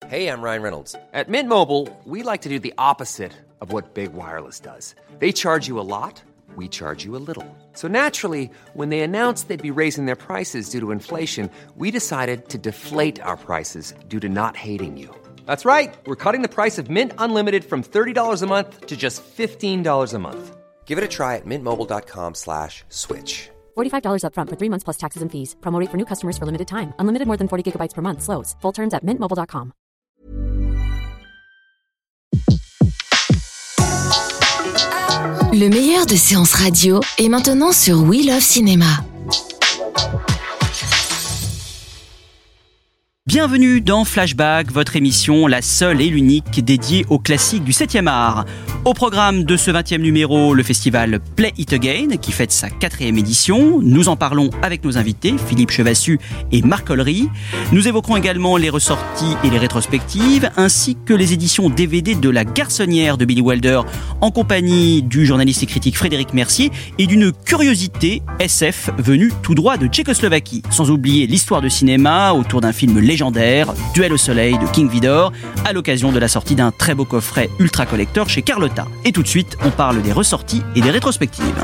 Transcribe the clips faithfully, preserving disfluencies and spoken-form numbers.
Hey, I'm Ryan Reynolds. At Mint Mobile, we like to do the opposite of what Big Wireless does. They charge you a lot, we charge you a little. So naturally, when they announced they'd be raising their prices due to inflation, we decided to deflate our prices due to not hating you. That's right. We're cutting the price of Mint Unlimited from thirty dollars a month to just fifteen dollars a month. Give it a try at mintmobile.com slash switch. forty-five dollars up front for three months plus taxes and fees. Promo rate for new customers for limited time. Unlimited more than forty gigabytes per month. Slows full terms at mint mobile dot com. Le meilleur de séances radio est maintenant sur We Love Cinéma. Bienvenue dans Flashback, votre émission, la seule et l'unique dédiée aux classiques du septième art. Au programme de ce vingtième numéro, le festival Play It Again, qui fête sa quatrième édition. Nous en parlons avec nos invités, Philippe Chevassus et Marc Ollery. Nous évoquerons également les ressorties et les rétrospectives, ainsi que les éditions D V D de La Garçonnière de Billy Wilder, en compagnie du journaliste et critique Frédéric Mercier, et d'une curiosité S F venue tout droit de Tchécoslovaquie. Sans oublier l'histoire de cinéma autour d'un film légendaire, Duel au soleil de King Vidor, à l'occasion de la sortie d'un très beau coffret ultra collector chez Carlotta. Et tout de suite, on parle des ressorties et des rétrospectives.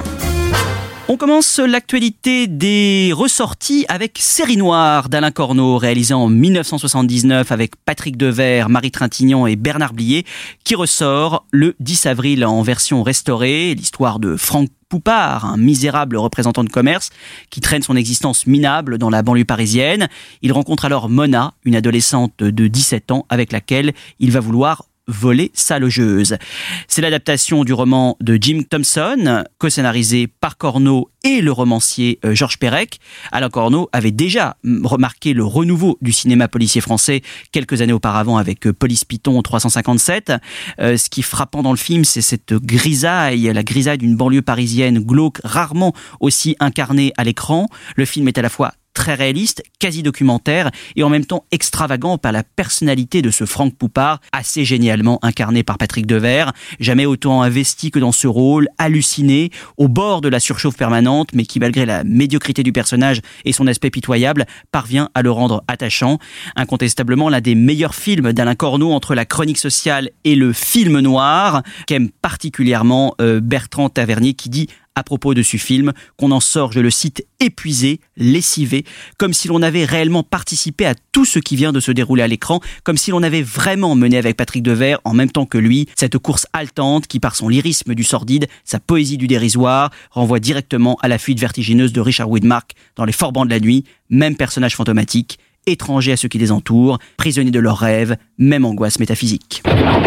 On commence l'actualité des ressorties avec Série Noire d'Alain Corneau, réalisé en dix-neuf cent soixante-dix-neuf avec Patrick Devers, Marie Trintignant et Bernard Blier, qui ressort le dix avril en version restaurée. L'histoire de Franck Poupart, un misérable représentant de commerce qui traîne son existence minable dans la banlieue parisienne. Il rencontre alors Mona, une adolescente de dix-sept ans avec laquelle il va vouloir voler sa logeuse. C'est l'adaptation du roman de Jim Thompson, co-scénarisé par Corneau et le romancier Georges Perec. Alain Corneau avait déjà remarqué le renouveau du cinéma policier français quelques années auparavant avec Police Python trois cent cinquante-sept. Euh, ce qui est frappant dans le film, c'est cette grisaille, la grisaille d'une banlieue parisienne glauque, rarement aussi incarnée à l'écran. Le film est à la fois très réaliste, quasi documentaire et en même temps extravagant par la personnalité de ce Franck Poupart, assez génialement incarné par Patrick Devers, jamais autant investi que dans ce rôle, halluciné, au bord de la surchauffe permanente, mais qui malgré la médiocrité du personnage et son aspect pitoyable, parvient à le rendre attachant. Incontestablement l'un des meilleurs films d'Alain Corneau entre la chronique sociale et le film noir, qu'aime particulièrement euh, Bertrand Tavernier qui dit à propos de ce film, qu'on en sort, je le cite, épuisé, lessivé, comme si l'on avait réellement participé à tout ce qui vient de se dérouler à l'écran, comme si l'on avait vraiment mené avec Patrick Devers, en même temps que lui, cette course haletante qui, par son lyrisme du sordide, sa poésie du dérisoire, renvoie directement à la fuite vertigineuse de Richard Widmark dans Les Forbans de la nuit, même personnage fantomatique, étranger à ceux qui les entourent, prisonnier de leurs rêves, même angoisse métaphysique.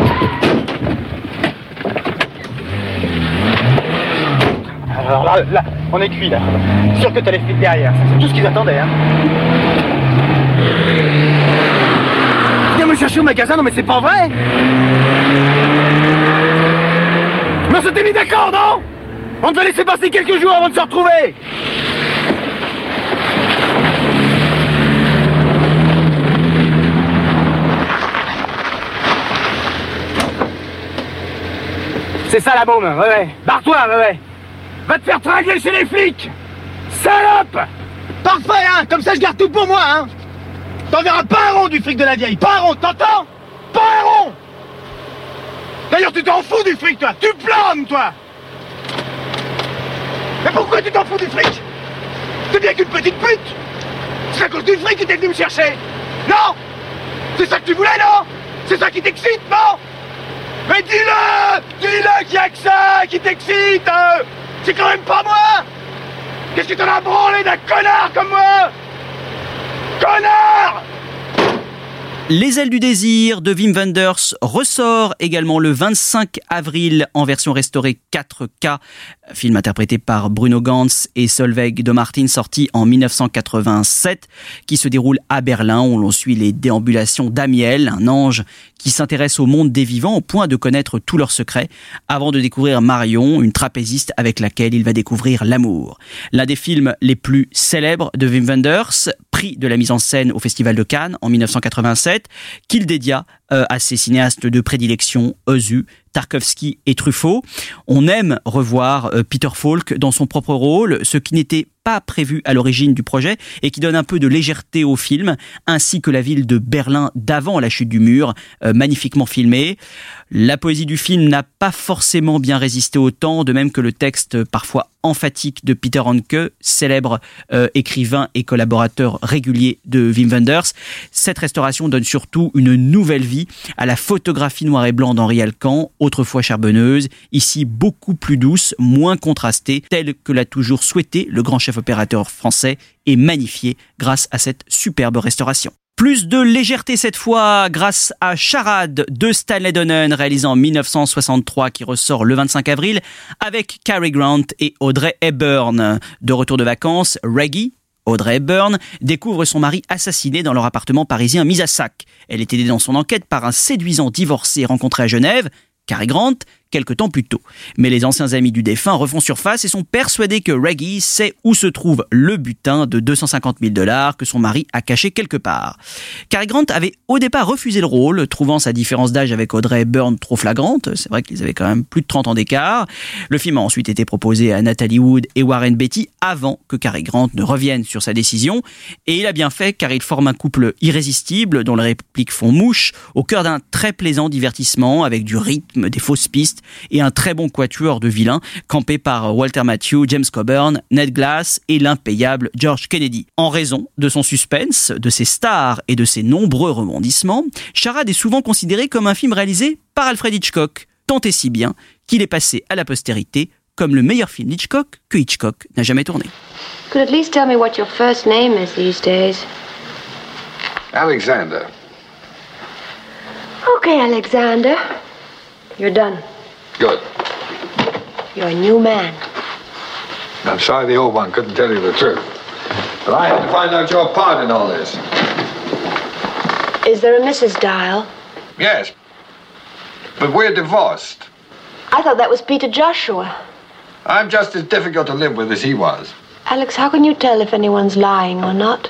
Alors là, là, on est cuit là. Sûr que t'as les flics derrière. C'est tout ce qu'ils attendaient, hein. Viens me chercher au magasin, non mais c'est pas vrai. Mais on s'était mis d'accord, non? On devait laisser passer quelques jours avant de se retrouver. C'est ça la bombe, ouais ouais. Barre-toi, ouais ouais. Va te faire tringler chez les flics! Salope! Parfait, hein! Comme ça, je garde tout pour moi, hein! T'enverras pas un rond du fric de la vieille! Pas un rond, t'entends? Pas un rond! D'ailleurs, tu t'en fous du fric, toi! Tu planes, toi! Mais pourquoi tu t'en fous du fric? T'es bien qu'une petite pute! C'est à cause du fric que t'es venu me chercher! Non! C'est ça que tu voulais, non? C'est ça qui t'excite, non? Mais dis-le! Dis-le qu'il y a que ça qui t'excite! euh C'est quand même pas moi! Qu'est-ce que t'en as branlé d'un connard comme moi? Connard! Les ailes du désir de Wim Wenders ressort également le vingt-cinq avril en version restaurée quatre K, film interprété par Bruno Ganz et Solveig de Martin, sorti en dix-neuf cent quatre-vingt-sept, qui se déroule à Berlin, où l'on suit les déambulations d'Amiel, un ange qui s'intéresse au monde des vivants au point de connaître tous leurs secrets, avant de découvrir Marion, une trapéziste avec laquelle il va découvrir l'amour. L'un des films les plus célèbres de Wim Wenders, prix de la mise en scène au Festival de Cannes en dix-neuf cent quatre-vingt-sept, qu'il dédia euh, à ses cinéastes de prédilection, Ozu, Tarkovsky et Truffaut. On aime revoir euh, Peter Falk dans son propre rôle, ce qui n'était pas prévu à l'origine du projet et qui donne un peu de légèreté au film, ainsi que la ville de Berlin d'avant la chute du mur, euh, magnifiquement filmée. La poésie du film n'a pas forcément bien résisté au temps, de même que le texte parfois emphatique de Peter Handke, célèbre euh, écrivain et collaborateur régulier de Wim Wenders. Cette restauration donne surtout une nouvelle vie à la photographie noir et blanc d'Henri Alcan, autrefois charbonneuse, ici beaucoup plus douce, moins contrastée, telle que l'a toujours souhaité le grand chef opérateur français et magnifiée grâce à cette superbe restauration. Plus de légèreté cette fois grâce à Charade de Stanley Donen, réalisé en dix-neuf cent soixante-trois, qui ressort le vingt-cinq avril avec Cary Grant et Audrey Hepburn. De retour de vacances, Reggie, Audrey Hepburn, découvre son mari assassiné dans leur appartement parisien mis à sac. Elle est aidée dans son enquête par un séduisant divorcé rencontré à Genève, Cary Grant, quelque temps plus tôt. Mais les anciens amis du défunt refont surface et sont persuadés que Reggie sait où se trouve le butin de deux cent cinquante mille dollars que son mari a caché quelque part. Cary Grant avait au départ refusé le rôle, trouvant sa différence d'âge avec Audrey Hepburn trop flagrante. C'est vrai qu'ils avaient quand même plus de trente ans d'écart. Le film a ensuite été proposé à Natalie Wood et Warren Beatty avant que Cary Grant ne revienne sur sa décision. Et il a bien fait, car il forme un couple irrésistible dont les répliques font mouche, au cœur d'un très plaisant divertissement avec du rythme, des fausses pistes et un très bon quatuor de vilains campé par Walter Matthau, James Coburn, Ned Glass et l'impayable George Kennedy. En raison de son suspense, de ses stars et de ses nombreux rebondissements, Charade est souvent considéré comme un film réalisé par Alfred Hitchcock, tant et si bien qu'il est passé à la postérité comme le meilleur film d'Hitchcock que Hitchcock n'a jamais tourné. Could at least tell me what your first name is these days. Alexander. Okay, Alexander. You're done. Good. You're a new man. I'm sorry the old one couldn't tell you the truth. But I had to find out your part in all this. Is there a Missus Dial? Yes. But we're divorced. I thought that was Peter Joshua. I'm just as difficult to live with as he was. Alex, how can you tell if anyone's lying or not?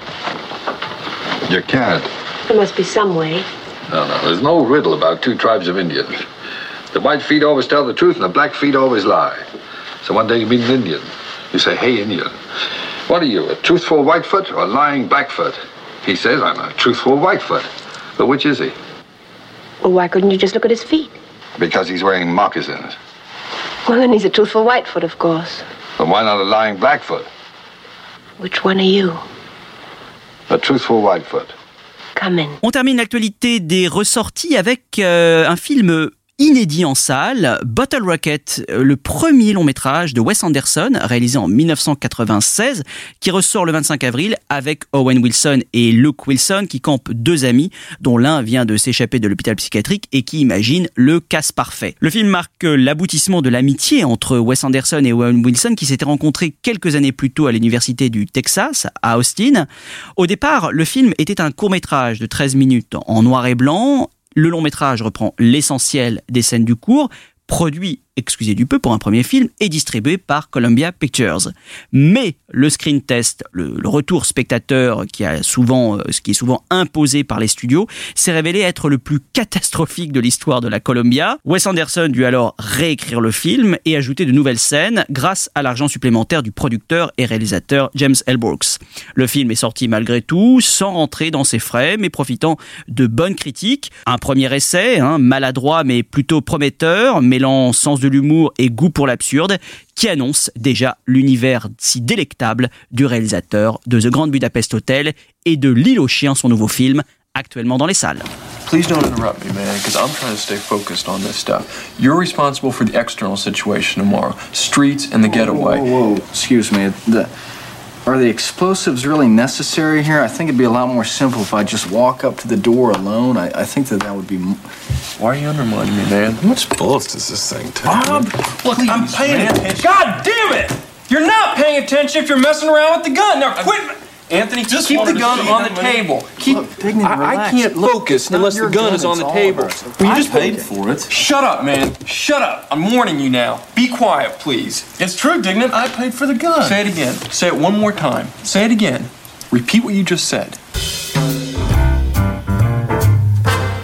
You can't. There must be some way. No, no, there's no riddle about two tribes of Indians. The white feet always tell the truth and the black feet always lie. So one day you meet an Indian. You say, hey, Indian, what are you, a truthful Whitefoot or a lying Blackfoot? He says, I'm a truthful Whitefoot. But which is he? Well, why couldn't you just look at his feet? Because he's wearing moccasins. Well, then he's a truthful Whitefoot, of course. But why not a lying Blackfoot? Which one are you? A truthful Whitefoot. Come in. On termine l'actualité des ressorties avec euh, un film inédit en salle, Bottle Rocket, le premier long métrage de Wes Anderson, réalisé en dix-neuf cent quatre-vingt-seize, qui ressort le vingt-cinq avril avec Owen Wilson et Luke Wilson qui campent deux amis, dont l'un vient de s'échapper de l'hôpital psychiatrique et qui imagine le casse parfait. Le film marque l'aboutissement de l'amitié entre Wes Anderson et Owen Wilson qui s'étaient rencontrés quelques années plus tôt à l'université du Texas, à Austin. Au départ, le film était un court-métrage de treize minutes en noir et blanc. Le long métrage reprend l'essentiel des scènes du cours, produit, excusez du peu pour un premier film, et distribué par Columbia Pictures. Mais le screen test, le, le retour spectateur qui, a souvent, ce qui est souvent imposé par les studios, s'est révélé être le plus catastrophique de l'histoire de la Columbia. Wes Anderson dut alors réécrire le film et ajouter de nouvelles scènes grâce à l'argent supplémentaire du producteur et réalisateur James L. Brooks. Le film est sorti malgré tout, sans rentrer dans ses frais, mais profitant de bonnes critiques. Un premier essai, hein, maladroit mais plutôt prometteur, mêlant sens de l'humour et goût pour l'absurde, qui annonce déjà l'univers si délectable du réalisateur de The Grand Budapest Hotel et de L'Île aux chiens, son nouveau film, actuellement dans les salles. Please don't interrupt me, man, because I'm trying to stay focused on this stuff. You're responsible for the external situation tomorrow. Streets and the getaway. Whoa, whoa, whoa. Excuse me. The, are the explosives really necessary here? I think it'd be a lot more simple if I just walk up to the door alone. I, I think that that would be... M- Why are you undermining me, man? How much bullets does this thing take? Bob, look, please, I'm paying man. attention. God damn it! You're not paying attention if you're messing around with the gun. Now quit... I, Anthony, just keep the gun on the table. Keep. Look, Dignity, I, I can't Look, focus unless the gun, gun is on the table. Will you just paid for it? Shut up, man. Shut up. I'm warning you now. Be quiet, please. It's true, Dignant. I paid for the gun. Say it again. Say it one more time. Say it again. Repeat what you just said.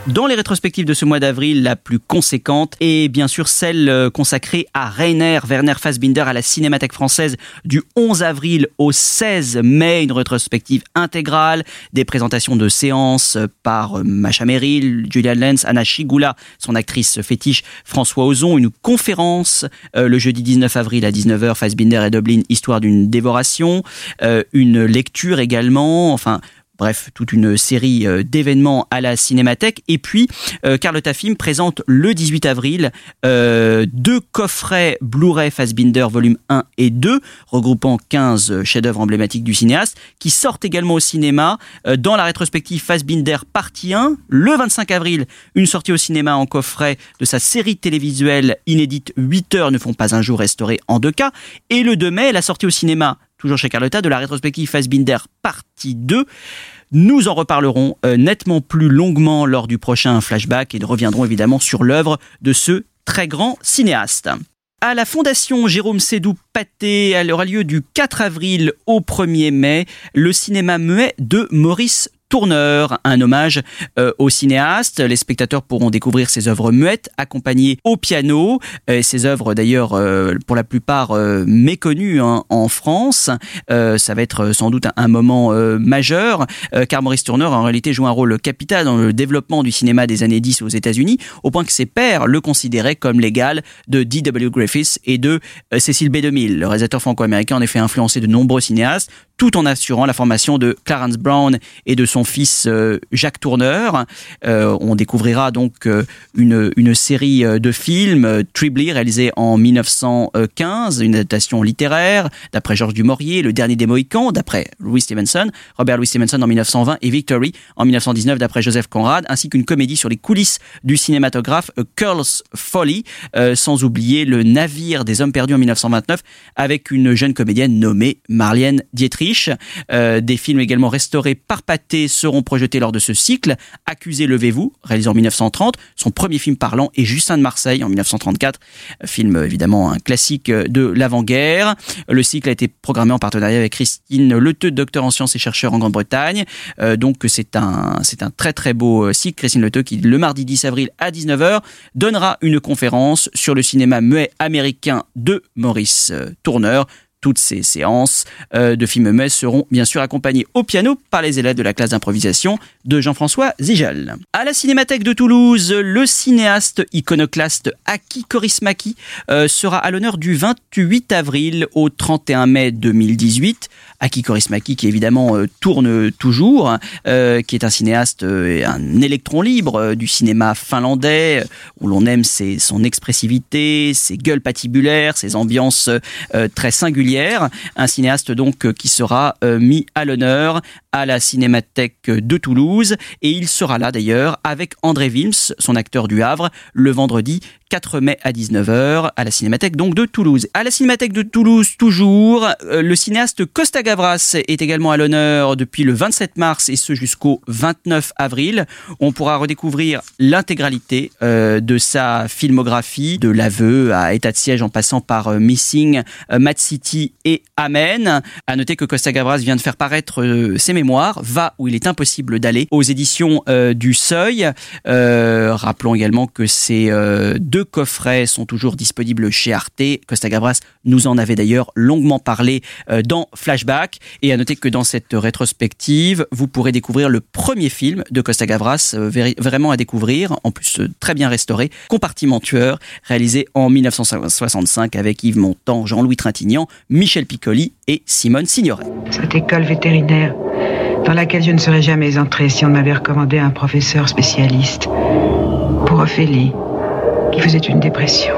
Dans les rétrospectives de ce mois d'avril, la plus conséquente est bien sûr celle consacrée à Rainer Werner Fassbinder à la Cinémathèque française du onze avril au seize mai, une rétrospective intégrale, des présentations de séances par Masha Merrill, Julian Lenz, Anna Schygulla, son actrice fétiche, François Ozon, une conférence euh, le jeudi dix-neuf avril à dix-neuf heures, Fassbinder et Dublin, histoire d'une dévoration, euh, une lecture également, enfin... Bref, toute une série d'événements à la Cinémathèque. Et puis, euh, Carlotta Film présente le dix-huit avril euh, deux coffrets Blu-ray Fassbinder volume un et deux, regroupant quinze chefs-d'œuvre emblématiques du cinéaste, qui sortent également au cinéma euh, dans la rétrospective Fassbinder partie un. Le vingt-cinq avril, une sortie au cinéma en coffret de sa série télévisuelle inédite huit heures ne font pas un jour, restaurée en deux K. Et le deux mai, la sortie au cinéma, toujours chez Carlotta, de la rétrospective Fassbinder partie deux. Nous en reparlerons euh, nettement plus longuement lors du prochain flashback et nous reviendrons évidemment sur l'œuvre de ce très grand cinéaste. À la Fondation Jérôme Sédou-Pathé, elle aura lieu du quatre avril au premier mai, le cinéma muet de Maurice Tourneur, un hommage euh, au cinéaste. Les spectateurs pourront découvrir ses œuvres muettes, accompagnées au piano. Euh, ses œuvres d'ailleurs, euh, pour la plupart, euh, méconnues hein, en France. Euh, ça va être sans doute un, un moment euh, majeur, euh, car Maurice Tourneur a en réalité joué un rôle capital dans le développement du cinéma des années dix aux États-Unis, au point que ses pairs le considéraient comme l'égal de D W Griffith et de euh, Cecil B. DeMille. Le réalisateur franco-américain en effet influencé de nombreux cinéastes, tout en assurant la formation de Clarence Brown et de son fils euh, Jacques Tourneur. Euh, on découvrira donc euh, une, une série de films, euh, Tribly, réalisé en mille neuf cent quinze, une adaptation littéraire d'après Georges Dumaurier, Le Dernier des Mohicans d'après Louis Stevenson, Robert Louis Stevenson en mille neuf cent vingt et Victory en mille neuf cent dix-neuf d'après Joseph Conrad, ainsi qu'une comédie sur les coulisses du cinématographe, A Girl's Folly, euh, sans oublier Le Navire des Hommes Perdus en mille neuf cent vingt-neuf avec une jeune comédienne nommée Marlène Dietrich. Euh, des films également restaurés par Pathé seront projetés lors de ce cycle. Accusé, levez-vous, réalisé en mille neuf cent trente, son premier film parlant est Justin de Marseille en mille neuf cent trente-quatre, film évidemment un classique de l'avant-guerre. Le cycle a été programmé en partenariat avec Christine Leteux, docteur en sciences et chercheur en Grande-Bretagne. Euh, donc c'est un, c'est un très très beau cycle. Christine Leteux qui le mardi dix avril à dix-neuf heures donnera une conférence sur le cinéma muet américain de Maurice Tourneur. Toutes ces séances euh, de films muets seront bien sûr accompagnées au piano par les élèves de la classe d'improvisation de Jean-François Zigel. À la Cinémathèque de Toulouse, le cinéaste iconoclaste Aki Kaurismäki euh, sera à l'honneur du vingt-huit avril au trente et un mai deux mille dix-huit. Aki Kaurismäki qui évidemment euh, tourne toujours, euh, qui est un cinéaste, euh, un électron libre euh, du cinéma finlandais, euh, où l'on aime ses, son expressivité, ses gueules patibulaires, ses ambiances euh, très singulières. Un cinéaste donc qui sera euh, mis à l'honneur à la Cinémathèque de Toulouse et il sera là d'ailleurs avec André Wilms, son acteur du Havre, le vendredi quatre mai à dix-neuf heures à la Cinémathèque donc de Toulouse. À la Cinémathèque de Toulouse toujours, euh, le cinéaste Costa Gavras est également à l'honneur depuis le vingt-sept mars et ce jusqu'au vingt-neuf avril. On pourra redécouvrir l'intégralité euh, de sa filmographie, de L'Aveu à État de siège en passant par euh, Missing, euh, Mad City et Amen. À noter que Costa Gavras vient de faire paraître euh, ses mémoires, Va où il est impossible d'aller, aux éditions euh, du Seuil. Euh, rappelons également que ces euh, deux coffrets sont toujours disponibles chez Arte. Costa Gavras nous en avait d'ailleurs longuement parlé euh, dans Flashback. Et à noter que dans cette rétrospective, vous pourrez découvrir le premier film de Costa Gavras, euh, véri- vraiment à découvrir, en plus euh, très bien restauré, Compartiment tueur, réalisé en mille neuf cent soixante-cinq avec Yves Montand, Jean-Louis Trintignant, Michel Piccoli et Simone Signoret. Cette école vétérinaire dans laquelle je ne serais jamais entrée si on m'avait recommandé un professeur spécialiste pour Ophélie, qui faisait une dépression.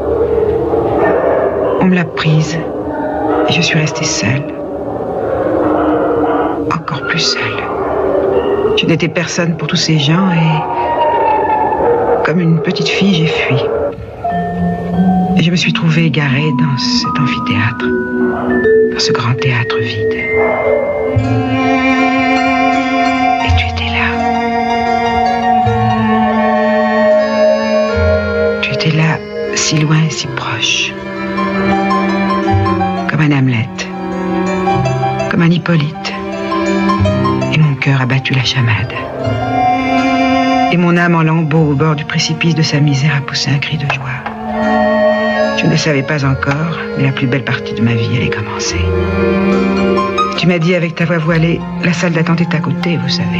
On me l'a prise et je suis restée seule. Encore plus seule. Je n'étais personne pour tous ces gens et, comme une petite fille, j'ai fui. Et je me suis trouvée égarée dans cet amphithéâtre, dans ce grand théâtre vide. Et tu étais là. Tu étais là, si loin et si proche. Comme un Hamlet, comme un Hippolyte. Et mon cœur a battu la chamade. Et mon âme en lambeaux au bord du précipice de sa misère a poussé un cri de joie. Je ne le savais pas encore, mais la plus belle partie de ma vie allait commencer. Tu m'as dit avec ta voix voilée, la salle d'attente est à côté, vous savez.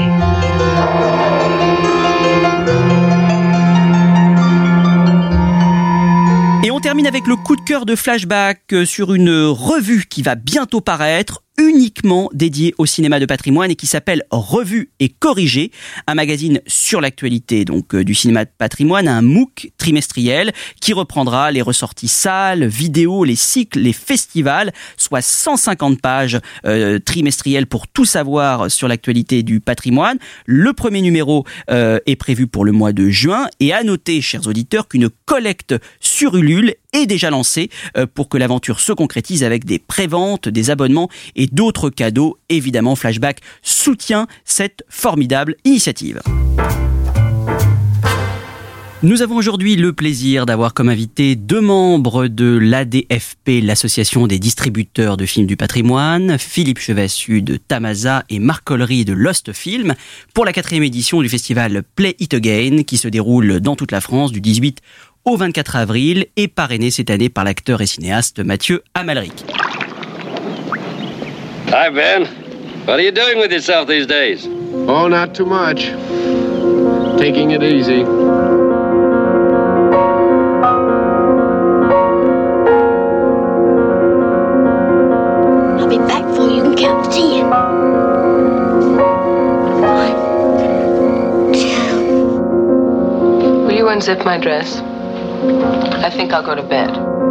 Et on termine avec le coup de cœur de Flashback sur une revue qui va bientôt paraître, uniquement dédiée au cinéma de patrimoine et qui s'appelle Revue et Corrigée, un magazine sur l'actualité donc euh, du cinéma de patrimoine, un MOOC trimestriel qui reprendra les ressorties salles, vidéos, les cycles, les festivals, soit cent cinquante pages euh, trimestrielles pour tout savoir sur l'actualité du patrimoine. Le premier numéro euh, est prévu pour le mois de juin et à noter, chers auditeurs, qu'une collecte sur Ulule est déjà lancée euh, pour que l'aventure se concrétise avec des préventes, des abonnements et d'autres cadeaux. Évidemment, Flashback soutient cette formidable initiative. Nous avons aujourd'hui le plaisir d'avoir comme invité deux membres de l'A D F P, l'association des distributeurs de films du patrimoine, Philippe Chevassus de Tamasa et Marc Collery de Lost Film, pour la quatrième édition du festival Play It Again, qui se déroule dans toute la France du dix-huit au vingt-quatre avril et parrainé cette année par l'acteur et cinéaste Mathieu Amalric. Hi, Ben. What are you doing with yourself these days? Oh, not too much. Taking it easy. I'll be back before you can count to ten. One, two. Will you unzip my dress? I think I'll go to bed.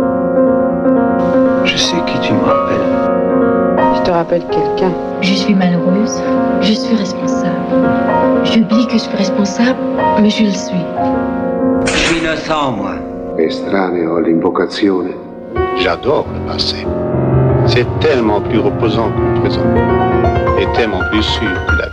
Je sais qui tu me rappelles. Je te rappelle quelqu'un. Je suis malheureuse, je suis responsable. J'oublie que je suis responsable, mais je le suis. Je suis innocent, moi. Estraneo l'invocazione. J'adore le passé. C'est tellement plus reposant que le présent. Et tellement plus sûr que l'avenir.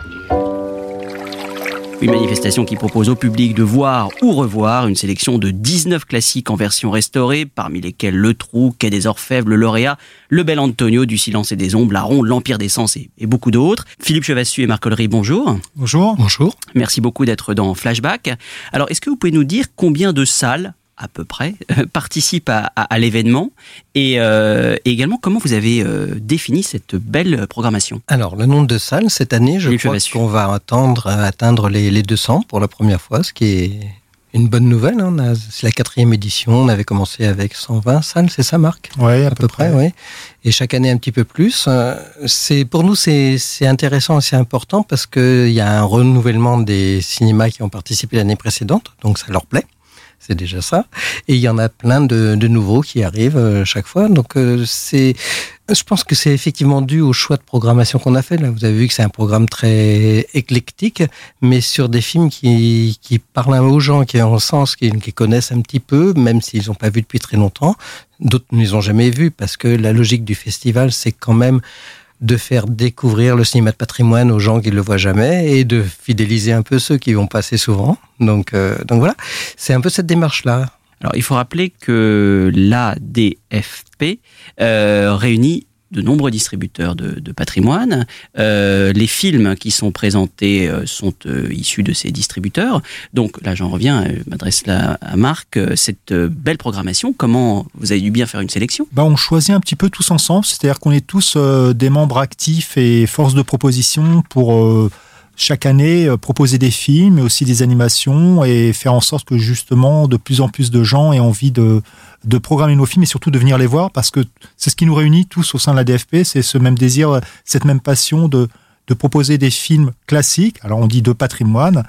Une manifestation qui propose au public de voir ou revoir une sélection de dix-neuf classiques en version restaurée, parmi lesquels Le Trou, Quai des Orfèvres, Le Lauréat, Le Bel Antonio, Du Silence et des Ombres, La Ronde, L'Empire des Sens et, et beaucoup d'autres. Philippe Chevassus et Marc Collery, bonjour. Bonjour. Bonjour. Merci beaucoup d'être dans Flashback. Alors, est-ce que vous pouvez nous dire combien de salles à peu près, euh, participe à, à, à l'événement et, euh, et également comment vous avez euh, défini cette belle programmation? Alors, le nombre de salles, cette année, je crois qu'on va attendre, atteindre les, les deux cents pour la première fois, ce qui est une bonne nouvelle. Hein. On a, c'est la quatrième édition, on avait commencé avec cent vingt salles, c'est ça Marc? Oui, à, à peu, peu près. près oui. Et chaque année un petit peu plus. C'est, pour nous, c'est, c'est intéressant et c'est important parce qu'il y a un renouvellement des cinémas qui ont participé l'année précédente, donc ça leur plaît. C'est déjà ça. Et il y en a plein de, de nouveaux qui arrivent euh, chaque fois. Donc, euh, c'est, je pense que c'est effectivement dû au choix de programmation qu'on a fait. Là, vous avez vu que c'est un programme très éclectique, mais sur des films qui, qui parlent aux gens, qui ont sens, qui, qui connaissent un petit peu, même s'ils n'ont pas vu depuis très longtemps. D'autres ne les ont jamais vus parce que la logique du festival, c'est quand même de faire découvrir le cinéma de patrimoine aux gens qui ne le voient jamais et de fidéliser un peu ceux qui vont passer souvent. Donc, euh, donc voilà, c'est un peu cette démarche-là. Alors, il faut rappeler que l'A D F P euh, réunit de nombreux distributeurs de, de patrimoine. Euh, les films qui sont présentés euh, sont euh, issus de ces distributeurs. Donc là, j'en reviens, je m'adresse là à Marc. Cette euh, belle programmation, comment vous avez dû bien faire une sélection? Bah, on choisit un petit peu tous ensemble, c'est-à-dire qu'on est tous euh, des membres actifs et force de proposition pour euh, chaque année euh, proposer des films, mais aussi des animations et faire en sorte que justement de plus en plus de gens aient envie de de programmer nos films et surtout de venir les voir parce que c'est ce qui nous réunit tous au sein de l'A D F P, c'est ce même désir, cette même passion de, de proposer des films classiques, alors on dit de patrimoine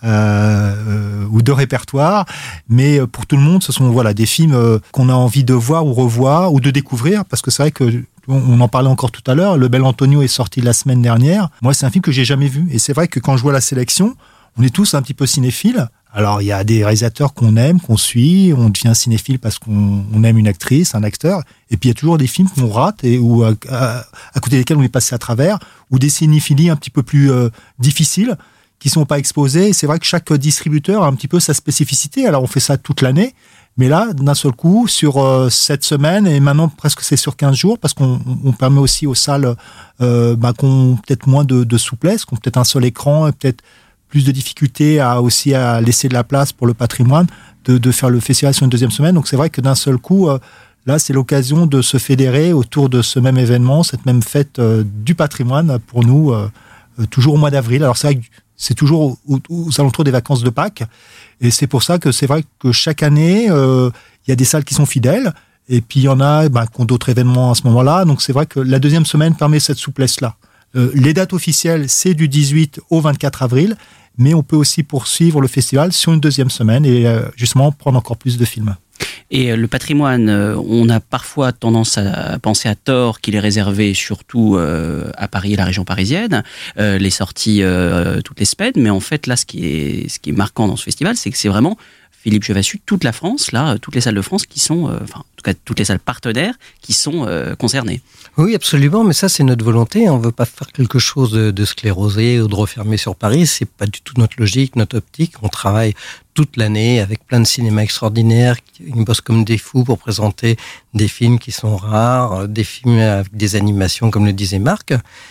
euh, ou de répertoire, mais pour tout le monde ce sont voilà, des films euh, qu'on a envie de voir ou revoir ou de découvrir parce que c'est vrai que on en parlait encore tout à l'heure, Le Bel Antonio est sorti la semaine dernière, moi c'est un film que j'ai jamais vu et c'est vrai que quand je vois la sélection, on est tous un petit peu cinéphiles. Alors, il y a des réalisateurs qu'on aime, qu'on suit, on devient cinéphile parce qu'on on aime une actrice, un acteur, et puis il y a toujours des films qu'on rate et ou à, à, à côté desquels on est passé à travers, ou des cinéphilies un petit peu plus euh, difficiles qui sont pas exposées. Et c'est vrai que chaque distributeur a un petit peu sa spécificité. Alors, on fait ça toute l'année, mais là, d'un seul coup, sur euh, cette semaine, et maintenant presque c'est sur quinze jours, parce qu'on on permet aussi aux salles euh, bah, qui ont peut-être moins de, de souplesse, qui ont peut-être un seul écran, et peut-être plus de difficultés à aussi à laisser de la place pour le patrimoine, de, de faire le festival sur une deuxième semaine. Donc c'est vrai que d'un seul coup, euh, là, c'est l'occasion de se fédérer autour de ce même événement, cette même fête euh, du patrimoine pour nous, euh, euh, toujours au mois d'avril. Alors c'est vrai que c'est toujours aux, aux alentours des vacances de Pâques. Et c'est pour ça que c'est vrai que chaque année, euh, il y a des salles qui sont fidèles. Et puis il y en a ben, qui ont d'autres événements à ce moment-là. Donc c'est vrai que la deuxième semaine permet cette souplesse-là. Euh, les dates officielles, c'est du dix-huit au vingt-quatre avril. Mais on peut aussi poursuivre le festival sur une deuxième semaine et euh, justement prendre encore plus de films. Et le patrimoine, on a parfois tendance à penser à tort qu'il est réservé surtout euh, à Paris et la région parisienne, euh, les sorties euh, toutes les semaines, mais en fait là ce qui est, ce qui est marquant dans ce festival, c'est que c'est vraiment Philippe Chevassus, toute la France, là, toutes les salles de France qui sont, euh, enfin, en tout cas, toutes les salles partenaires qui sont euh, concernées. Oui, absolument, mais ça, c'est notre volonté. On ne veut pas faire quelque chose de, de sclérosé ou de refermé sur Paris. C'est pas du tout notre logique, notre optique. On travaille toute l'année avec plein de cinémas extraordinaires qui bossent comme des fous pour présenter des films qui sont rares, des films avec des animations, comme le disait Marc.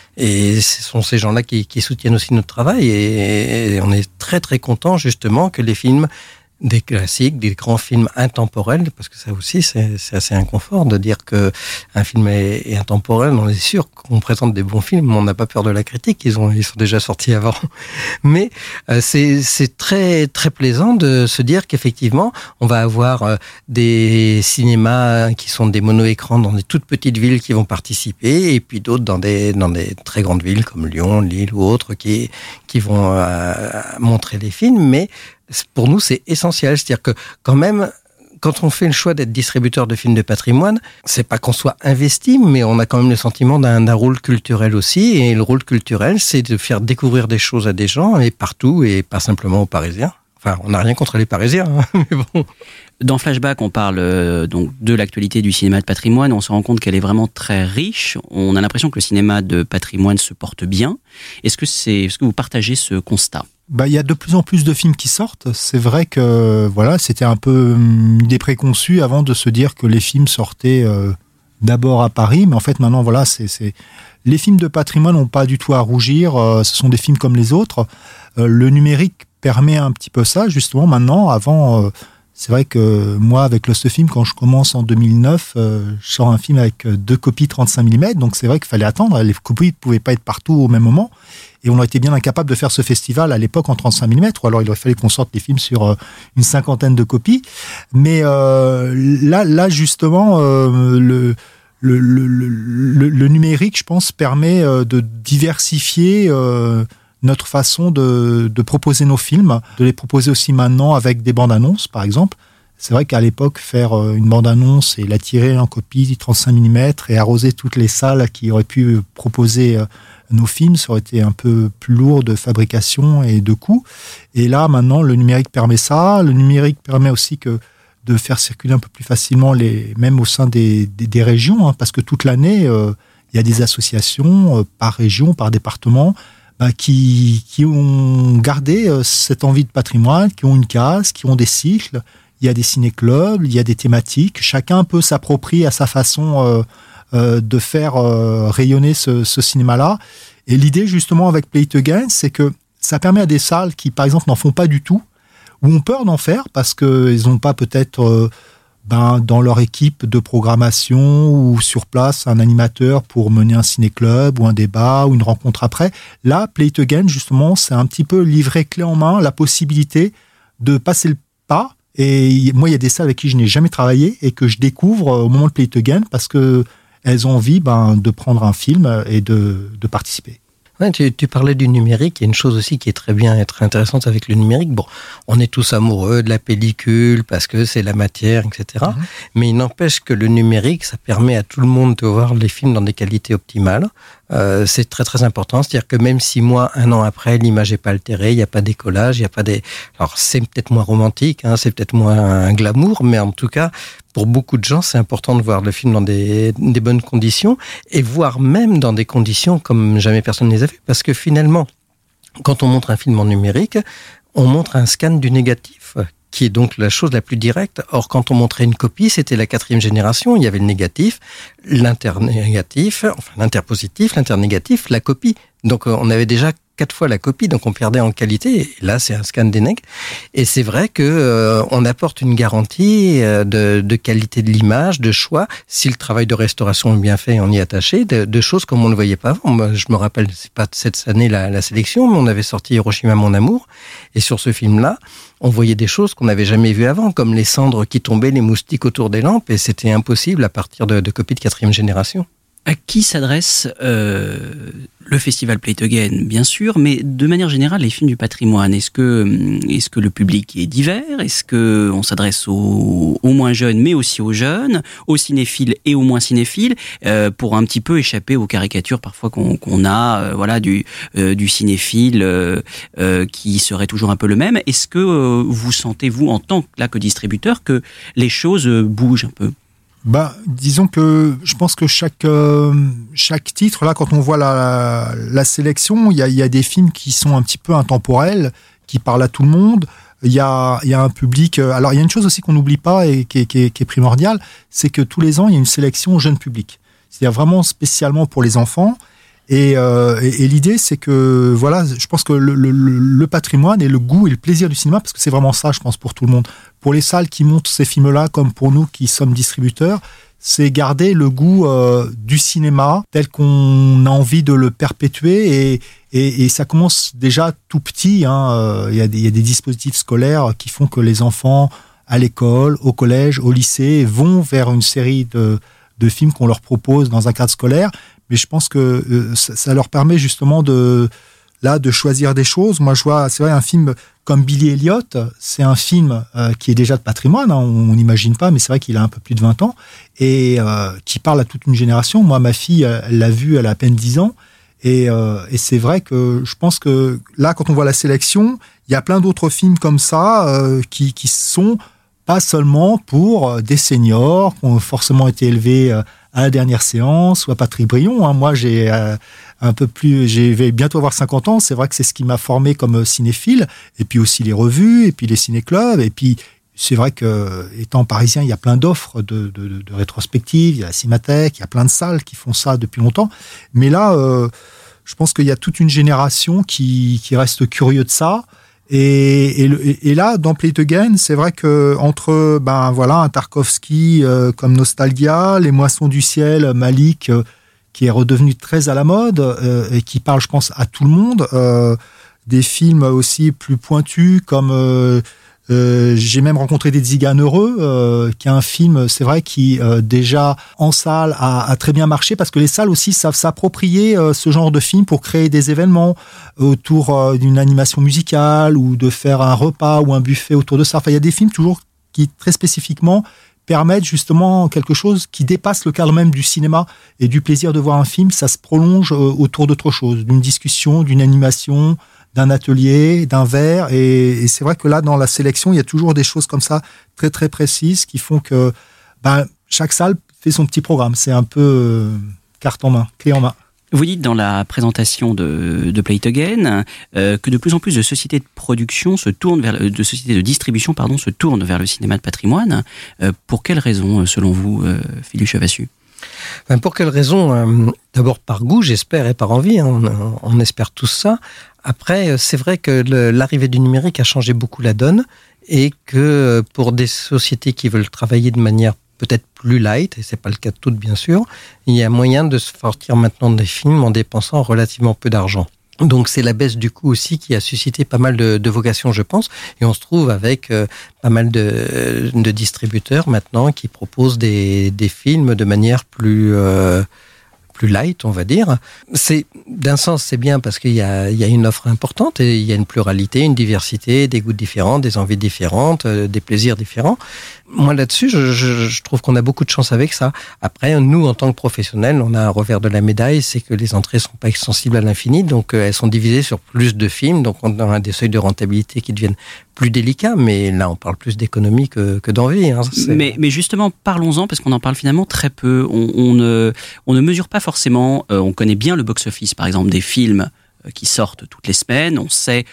Et ce sont ces gens-là qui, qui soutiennent aussi notre travail. Et, et on est très, très contents, justement, que les films des classiques, des grands films intemporels, parce que ça aussi, c'est, c'est assez inconfort de dire que un film est, est intemporel. On est sûr qu'on présente des bons films, on n'a pas peur de la critique, ils, ont, ils sont déjà sortis avant. Mais euh, c'est, c'est très, très plaisant de se dire qu'effectivement, on va avoir euh, des cinémas qui sont des mono-écrans dans des toutes petites villes qui vont participer, et puis d'autres dans des, dans des très grandes villes comme Lyon, Lille ou autres qui, qui vont euh, montrer les films, mais pour nous, c'est essentiel. C'est-à-dire que quand même, quand on fait le choix d'être distributeur de films de patrimoine, c'est pas qu'on soit investi, mais on a quand même le sentiment d'un, d'un rôle culturel aussi. Et le rôle culturel, c'est de faire découvrir des choses à des gens, et partout, et pas simplement aux Parisiens. Enfin, on n'a rien contre les Parisiens, hein, mais bon. Dans Flashback, on parle euh, donc de l'actualité du cinéma de patrimoine. On se rend compte qu'elle est vraiment très riche. On a l'impression que le cinéma de patrimoine se porte bien. Est-ce que c'est, est-ce que vous partagez ce constat ? Bah, il y a de plus en plus de films qui sortent. C'est vrai que voilà, c'était un peu une idée préconçue avant de se dire que les films sortaient euh, d'abord à Paris, mais en fait maintenant voilà, c'est, c'est... les films de patrimoine n'ont pas du tout à rougir. Euh, ce sont des films comme les autres. Euh, le numérique permet un petit peu ça justement maintenant. Avant, euh, c'est vrai que moi avec Lost Film, quand je commence en deux mille neuf, euh, je sors un film avec deux copies trente-cinq millimètres, donc c'est vrai qu'il fallait attendre. Les copies ne pouvaient pas être partout au même moment. Et on aurait été bien incapable de faire ce festival à l'époque en trente-cinq millimètres, ou alors il aurait fallu qu'on sorte les films sur euh, une cinquantaine de copies. Mais euh, là, là justement, euh, le, le, le, le, le numérique, je pense, permet euh, de diversifier euh, notre façon de, de proposer nos films, de les proposer aussi maintenant avec des bandes annonces, par exemple. C'est vrai qu'à l'époque, faire une bande-annonce et la tirer en copie trente-cinq millimètres et arroser toutes les salles qui auraient pu proposer nos films, ça aurait été un peu plus lourd de fabrication et de coûts. Et là, maintenant, le numérique permet ça. Le numérique permet aussi que de faire circuler un peu plus facilement, les, même au sein des, des, des régions, hein, parce que toute l'année, euh, il y a des associations euh, par région, par département, bah, qui, qui ont gardé euh, cette envie de patrimoine, qui ont une case, qui ont des cycles. Il y a des ciné-clubs, il y a des thématiques. Chacun peut s'approprier à sa façon euh, euh, de faire euh, rayonner ce, ce cinéma-là. Et l'idée, justement, avec Play It Again, c'est que ça permet à des salles qui, par exemple, n'en font pas du tout, ou ont peur d'en faire parce qu'ils n'ont pas peut-être euh, ben, dans leur équipe de programmation ou sur place un animateur pour mener un ciné-club ou un débat ou une rencontre après. Là, Play It Again, justement, c'est un petit peu livrer clé en main la possibilité de passer le pas. Et moi, il y a des salles avec qui je n'ai jamais travaillé et que je découvre au moment de Play It Again parce qu'elles ont envie ben, de prendre un film et de, de participer. Ouais, tu, tu parlais du numérique. Il y a une chose aussi qui est très bien et très intéressante avec le numérique. Bon, on est tous amoureux de la pellicule parce que c'est la matière, et cetera. Mmh. Mais il n'empêche que le numérique, ça permet à tout le monde de voir les films dans des qualités optimales. Euh, c'est très très important. C'est-à-dire que même six mois, un an après, l'image n'est pas altérée, il n'y a pas d'écolage, il n'y a pas des. Alors c'est peut-être moins romantique, hein, c'est peut-être moins un glamour, mais en tout cas, pour beaucoup de gens, c'est important de voir le film dans des, des bonnes conditions et voire même dans des conditions comme jamais personne ne les a vues. Parce que finalement, quand on montre un film en numérique, on montre un scan du négatif, qui est donc la chose la plus directe. Or, quand on montrait une copie, c'était la quatrième génération, il y avait le négatif, l'internégatif, enfin l'interpositif, l'internégatif, la copie. Donc, on avait déjà quatre fois la copie, donc on perdait en qualité. Et là, c'est un scan des nègres. Et c'est vrai que euh, on apporte une garantie euh, de, de qualité de l'image, de choix. Si le travail de restauration est bien fait, on y est attaché, de, de choses comme on ne voyait pas avant. Moi, je me rappelle, c'est pas cette année la, la sélection, mais on avait sorti Hiroshima, mon amour. Et sur ce film-là, on voyait des choses qu'on n'avait jamais vues avant, comme les cendres qui tombaient, les moustiques autour des lampes, et c'était impossible à partir de, de copies de quatrième génération. À qui s'adresse euh, le festival Play It Again, bien sûr, mais de manière générale, les films du patrimoine, est-ce que, est-ce que le public est divers? Est-ce qu'on s'adresse aux, aux moins jeunes, mais aussi aux jeunes, aux cinéphiles et aux moins cinéphiles, euh, pour un petit peu échapper aux caricatures parfois qu'on, qu'on a, euh, voilà, du, euh, du cinéphile euh, euh, qui serait toujours un peu le même? Est-ce que euh, vous sentez, vous, en tant que, là, que distributeur, que les choses euh, bougent un peu? Bah, disons que je pense que chaque euh, chaque titre, là, quand on voit la, la sélection, il y a, il y a des films qui sont un petit peu intemporels, qui parlent à tout le monde. Il y a, il y a un public. Alors, il y a une chose aussi qu'on n'oublie pas et qui est, qui est, qui est primordiale, c'est que tous les ans, il y a une sélection jeune public. C'est-à-dire vraiment spécialement pour les enfants. Et, euh, et, et l'idée, c'est que, voilà, je pense que le, le, le patrimoine et le goût et le plaisir du cinéma, parce que c'est vraiment ça, je pense, pour tout le monde. Pour les salles qui montent ces films-là, comme pour nous qui sommes distributeurs, c'est garder le goût euh, du cinéma tel qu'on a envie de le perpétuer. Et, et, et ça commence déjà tout petit. Hein. Il y a des, il y a des dispositifs scolaires qui font que les enfants, à l'école, au collège, au lycée, vont vers une série de, de films qu'on leur propose dans un cadre scolaire. Mais je pense que euh, ça, ça leur permet justement de, là, de choisir des choses. Moi, je vois, c'est vrai, un film comme Billy Elliot, c'est un film euh, qui est déjà de patrimoine, hein, on n'imagine pas, mais c'est vrai qu'il a un peu plus de vingt ans, et euh, qui parle à toute une génération. Moi, ma fille, elle l'a vu, elle a à peine dix ans, et, euh, et c'est vrai que je pense que là, quand on voit la sélection, il y a plein d'autres films comme ça euh, qui, qui sont pas seulement pour des seniors qui ont forcément été élevés euh, à la dernière séance ou à Patrick Brion. Hein. Moi, j'ai euh, un peu plus, j'ai vais bientôt avoir cinquante ans. C'est vrai que c'est ce qui m'a formé comme cinéphile. Et puis aussi les revues, et puis les ciné-clubs. Et puis, c'est vrai que, étant parisien, il y a plein d'offres de, de, de, de rétrospectives. Il y a la Cinémathèque, il y a plein de salles qui font ça depuis longtemps. Mais là, euh, je pense qu'il y a toute une génération qui, qui reste curieux de ça. Et, et, et là, dans Play It Again, c'est vrai que entre ben voilà un Tarkovsky euh, comme Nostalgia, Les Moissons du ciel, Malik, euh, qui est redevenu très à la mode euh, et qui parle, je pense, à tout le monde, euh, des films aussi plus pointus comme euh, euh, j'ai même rencontré des Tziganes heureux, euh, qui est un film, c'est vrai, qui euh, déjà en salle a, a très bien marché parce que les salles aussi savent s'approprier euh, ce genre de film pour créer des événements autour euh, d'une animation musicale ou de faire un repas ou un buffet autour de ça. Enfin, il y a des films toujours qui très spécifiquement permettent justement quelque chose qui dépasse le cadre même du cinéma et du plaisir de voir un film. Ça se prolonge euh, autour d'autre chose, d'une discussion, d'une animation, d'un atelier, d'un verre. Et, et c'est vrai que là, dans la sélection, il y a toujours des choses comme ça, très très précises, qui font que ben, chaque salle fait son petit programme. C'est un peu euh, carte en main, clé en main. Vous dites dans la présentation de, de Play It Again euh, que de plus en plus de sociétés de production se tournent vers, de sociétés de distribution, pardon, se tournent vers le cinéma de patrimoine. Euh, pour quelles raisons, selon vous, euh, Philippe Chavassieux? Ben pour quelles raisons? euh, D'abord par goût, j'espère, et par envie. Hein, on, on espère tous ça. Après, c'est vrai que le, l'arrivée du numérique a changé beaucoup la donne et que pour des sociétés qui veulent travailler de manière peut-être plus light, et c'est pas le cas de toutes bien sûr, il y a moyen de sortir maintenant des films en dépensant relativement peu d'argent. Donc c'est la baisse du coût aussi qui a suscité pas mal de, de vocations, je pense, et on se trouve avec euh, pas mal de, de distributeurs maintenant qui proposent des, des films de manière plus euh, plus light, on va dire. C'est, d'un sens, c'est bien parce qu'il y a, il y a une offre importante et il y a une pluralité, une diversité, des goûts différents, des envies différentes, euh, des plaisirs différents. Moi, là-dessus, je, je, je trouve qu'on a beaucoup de chance avec ça. Après, nous, en tant que professionnels, on a un revers de la médaille, c'est que les entrées sont pas extensibles à l'infini, donc euh, elles sont divisées sur plus de films, donc on a des seuils de rentabilité qui deviennent plus délicats, mais là, on parle plus d'économie que, que d'envie. Hein. Mais, mais justement, parlons-en, parce qu'on en parle finalement très peu. On, on, ne, on ne mesure pas forcément, euh, on connaît bien le box-office, par exemple, des films euh, qui sortent toutes les semaines, on sait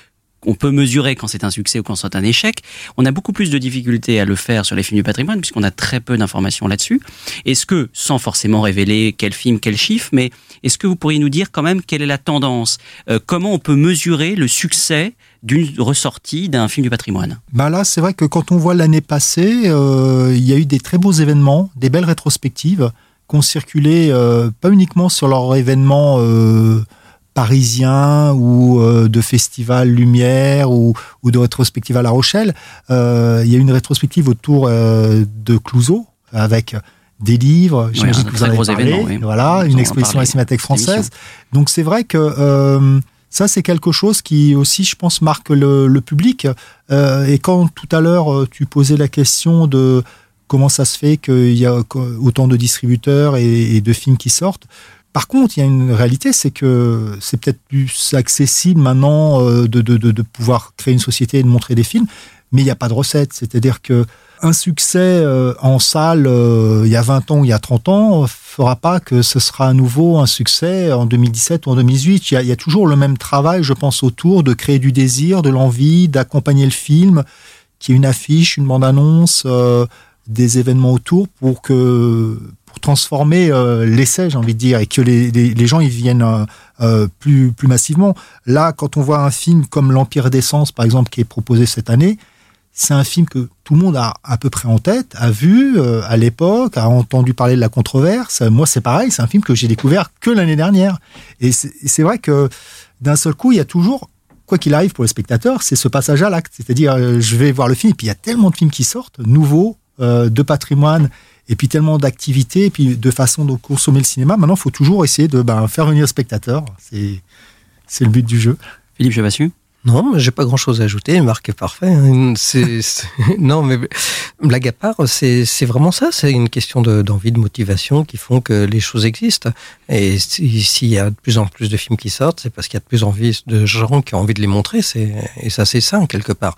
on peut mesurer quand c'est un succès ou quand c'est un échec. On a beaucoup plus de difficultés à le faire sur les films du patrimoine puisqu'on a très peu d'informations là-dessus. Est-ce que, sans forcément révéler quel film, quel chiffre, mais est-ce que vous pourriez nous dire quand même quelle est la tendance ? euh, Comment on peut mesurer le succès d'une ressortie d'un film du patrimoine ? Bah là, c'est vrai que quand on voit l'année passée, euh, il y a eu des très beaux événements, des belles rétrospectives qui ont circulé, euh, pas uniquement sur leurs événements euh, parisiens ou euh, de festival Lumière ou, ou de rétrospective à La Rochelle. Euh, il y a eu une rétrospective autour euh, de Clouzot avec des livres, j'imagine oui, que vous en avez parlé, oui. voilà, une exposition à la Cinémathèque française. Donc c'est vrai que euh, ça, c'est quelque chose qui aussi, je pense, marque le, le public. Euh, et quand tout à l'heure, tu posais la question de comment ça se fait qu'il y a autant de distributeurs et, et de films qui sortent, par contre, il y a une réalité, c'est que c'est peut-être plus accessible maintenant euh, de, de, de, de pouvoir créer une société et de montrer des films, mais il n'y a pas de recette. C'est-à-dire que un succès euh, en salle euh, il y a vingt ans ou il y a trente ans fera pas que ce sera à nouveau un succès en deux mille dix-sept ou en deux mille dix-huit. Il y a, il y a toujours le même travail, je pense, autour de créer du désir, de l'envie, d'accompagner le film, qu'il y ait une affiche, une bande-annonce, euh, des événements autour pour que pour transformer euh, l'essai, j'ai envie de dire, et que les, les, les gens ils viennent euh, euh, plus, plus massivement. Là, quand on voit un film comme L'Empire d'Essence, par exemple, qui est proposé cette année, c'est un film que tout le monde a à peu près en tête, a vu euh, à l'époque, a entendu parler de la controverse. Moi, c'est pareil, c'est un film que j'ai découvert que l'année dernière. Et c'est, c'est vrai que d'un seul coup, il y a toujours, quoi qu'il arrive pour le spectateur, c'est ce passage à l'acte. C'est-à-dire, euh, je vais voir le film, et puis il y a tellement de films qui sortent, nouveaux, euh, de patrimoine, et puis tellement d'activités, et puis de façon de consommer le cinéma. Maintenant, il faut toujours essayer de ben, faire venir le spectateur. C'est, c'est le but du jeu. Philippe Chavassieux ? Non, j'ai pas grand-chose à ajouter. Marc est parfait. C'est, c'est... Non, mais blague à part, c'est, c'est vraiment ça. C'est une question de, d'envie, de motivation qui font que les choses existent. Et s'il y a de plus en plus de films qui sortent, c'est parce qu'il y a de plus en plus de gens qui ont envie de les montrer. C'est, et ça, c'est ça, quelque part.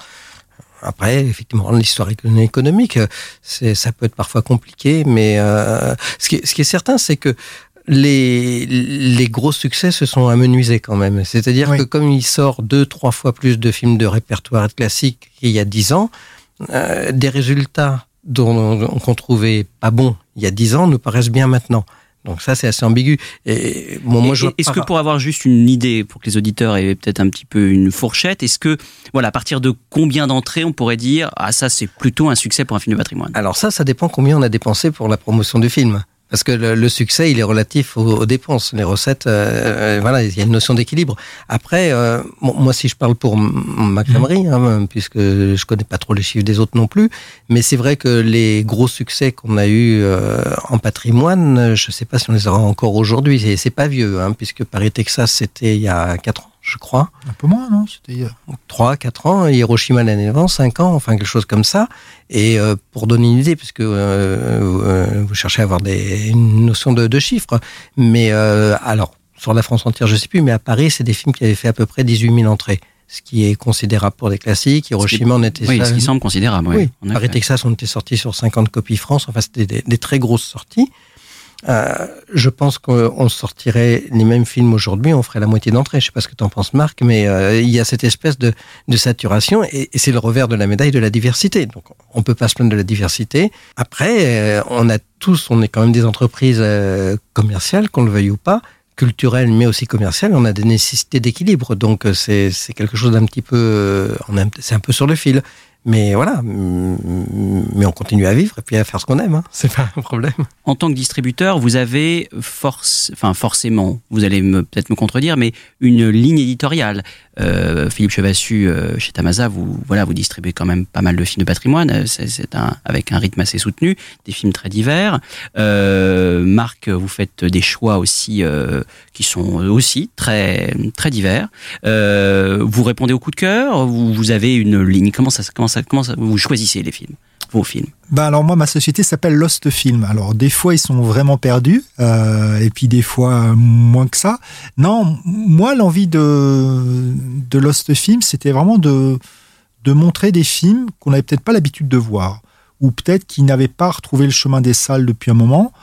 Après, effectivement, l'histoire économique, c'est, ça peut être parfois compliqué, mais euh, ce, qui est, ce qui est certain, c'est que les, les gros succès se sont amenuisés quand même. C'est-à-dire oui. que comme il sort deux, trois fois plus de films de répertoire classique qu'il y a dix ans, euh, des résultats dont, qu'on trouvait pas bons il y a dix ans nous paraissent bien maintenant. Donc ça, c'est assez ambigu. Et bon, moi, et, je est-ce que pour avoir juste une idée, pour que les auditeurs aient peut-être un petit peu une fourchette, est-ce que, voilà, à partir de combien d'entrées on pourrait dire, ah ça, c'est plutôt un succès pour un film de patrimoine ? Alors ça, ça dépend combien on a dépensé pour la promotion du film. Parce que le, le succès, il est relatif aux, aux dépenses. Les recettes, euh, voilà, il y a une notion d'équilibre. Après, euh, bon, moi, si je parle pour ma crèmerie, hein, puisque je connais pas trop les chiffres des autres non plus, mais c'est vrai que les gros succès qu'on a eu euh, en patrimoine, je sais pas si on les aura encore aujourd'hui. C'est, c'est pas vieux, hein, puisque Paris, Texas, c'était il y a quatre ans, je crois. Un peu moins, non ? C'était il y a trois, quatre ans. Hiroshima l'année avant, cinq ans, enfin quelque chose comme ça. Et euh, pour donner une idée, puisque euh, euh, vous cherchez à avoir des, une notion de, de chiffres, mais euh, alors, sur la France entière, je sais plus, mais à Paris, c'est des films qui avaient fait à peu près dix-huit mille entrées, ce qui est considérable pour des classiques. Hiroshima, on était... Oui, ce qui semble considérable, oui. oui. Paris, Texas, on était sortis sur cinquante copies France, enfin, c'était des, des très grosses sorties. Euh, je pense qu'on sortirait les mêmes films aujourd'hui, on ferait la moitié d'entrée. Je sais pas ce que tu en penses, Marc, mais euh, il y a cette espèce de, de saturation et, et c'est le revers de la médaille de la diversité. Donc, on peut pas se plaindre de la diversité. Après, euh, on a tous, on est quand même des entreprises euh, commerciales, qu'on le veuille ou pas, culturelles, mais aussi commerciales. On a des nécessités d'équilibre. Donc, c'est, c'est quelque chose d'un petit peu, euh, on a, c'est un peu sur le fil. Mais voilà, mais on continue à vivre et puis à faire ce qu'on aime, hein. C'est pas un problème. En tant que distributeur, vous avez force, enfin forcément, vous allez me, peut-être me contredire, mais une ligne éditoriale. Euh, Philippe Chavassieux, euh, chez Tamasa, vous voilà, vous distribuez quand même pas mal de films de patrimoine. C'est, c'est un avec un rythme assez soutenu, des films très divers. Euh, Marc, vous faites des choix aussi euh, qui sont aussi très très divers. Euh, vous répondez au coup de cœur. Vous, vous avez une ligne. Comment ça comment ça Comment ça, vous choisissez les films, vos films ? Ben alors moi, ma société s'appelle Lost Film. Alors des fois, ils sont vraiment perdus, euh, et puis des fois moins que ça. Non, moi, l'envie de de Lost Film, c'était vraiment de de montrer des films qu'on n'avait peut-être pas l'habitude de voir, ou peut-être qui n'avaient pas retrouvé le chemin des salles depuis un moment.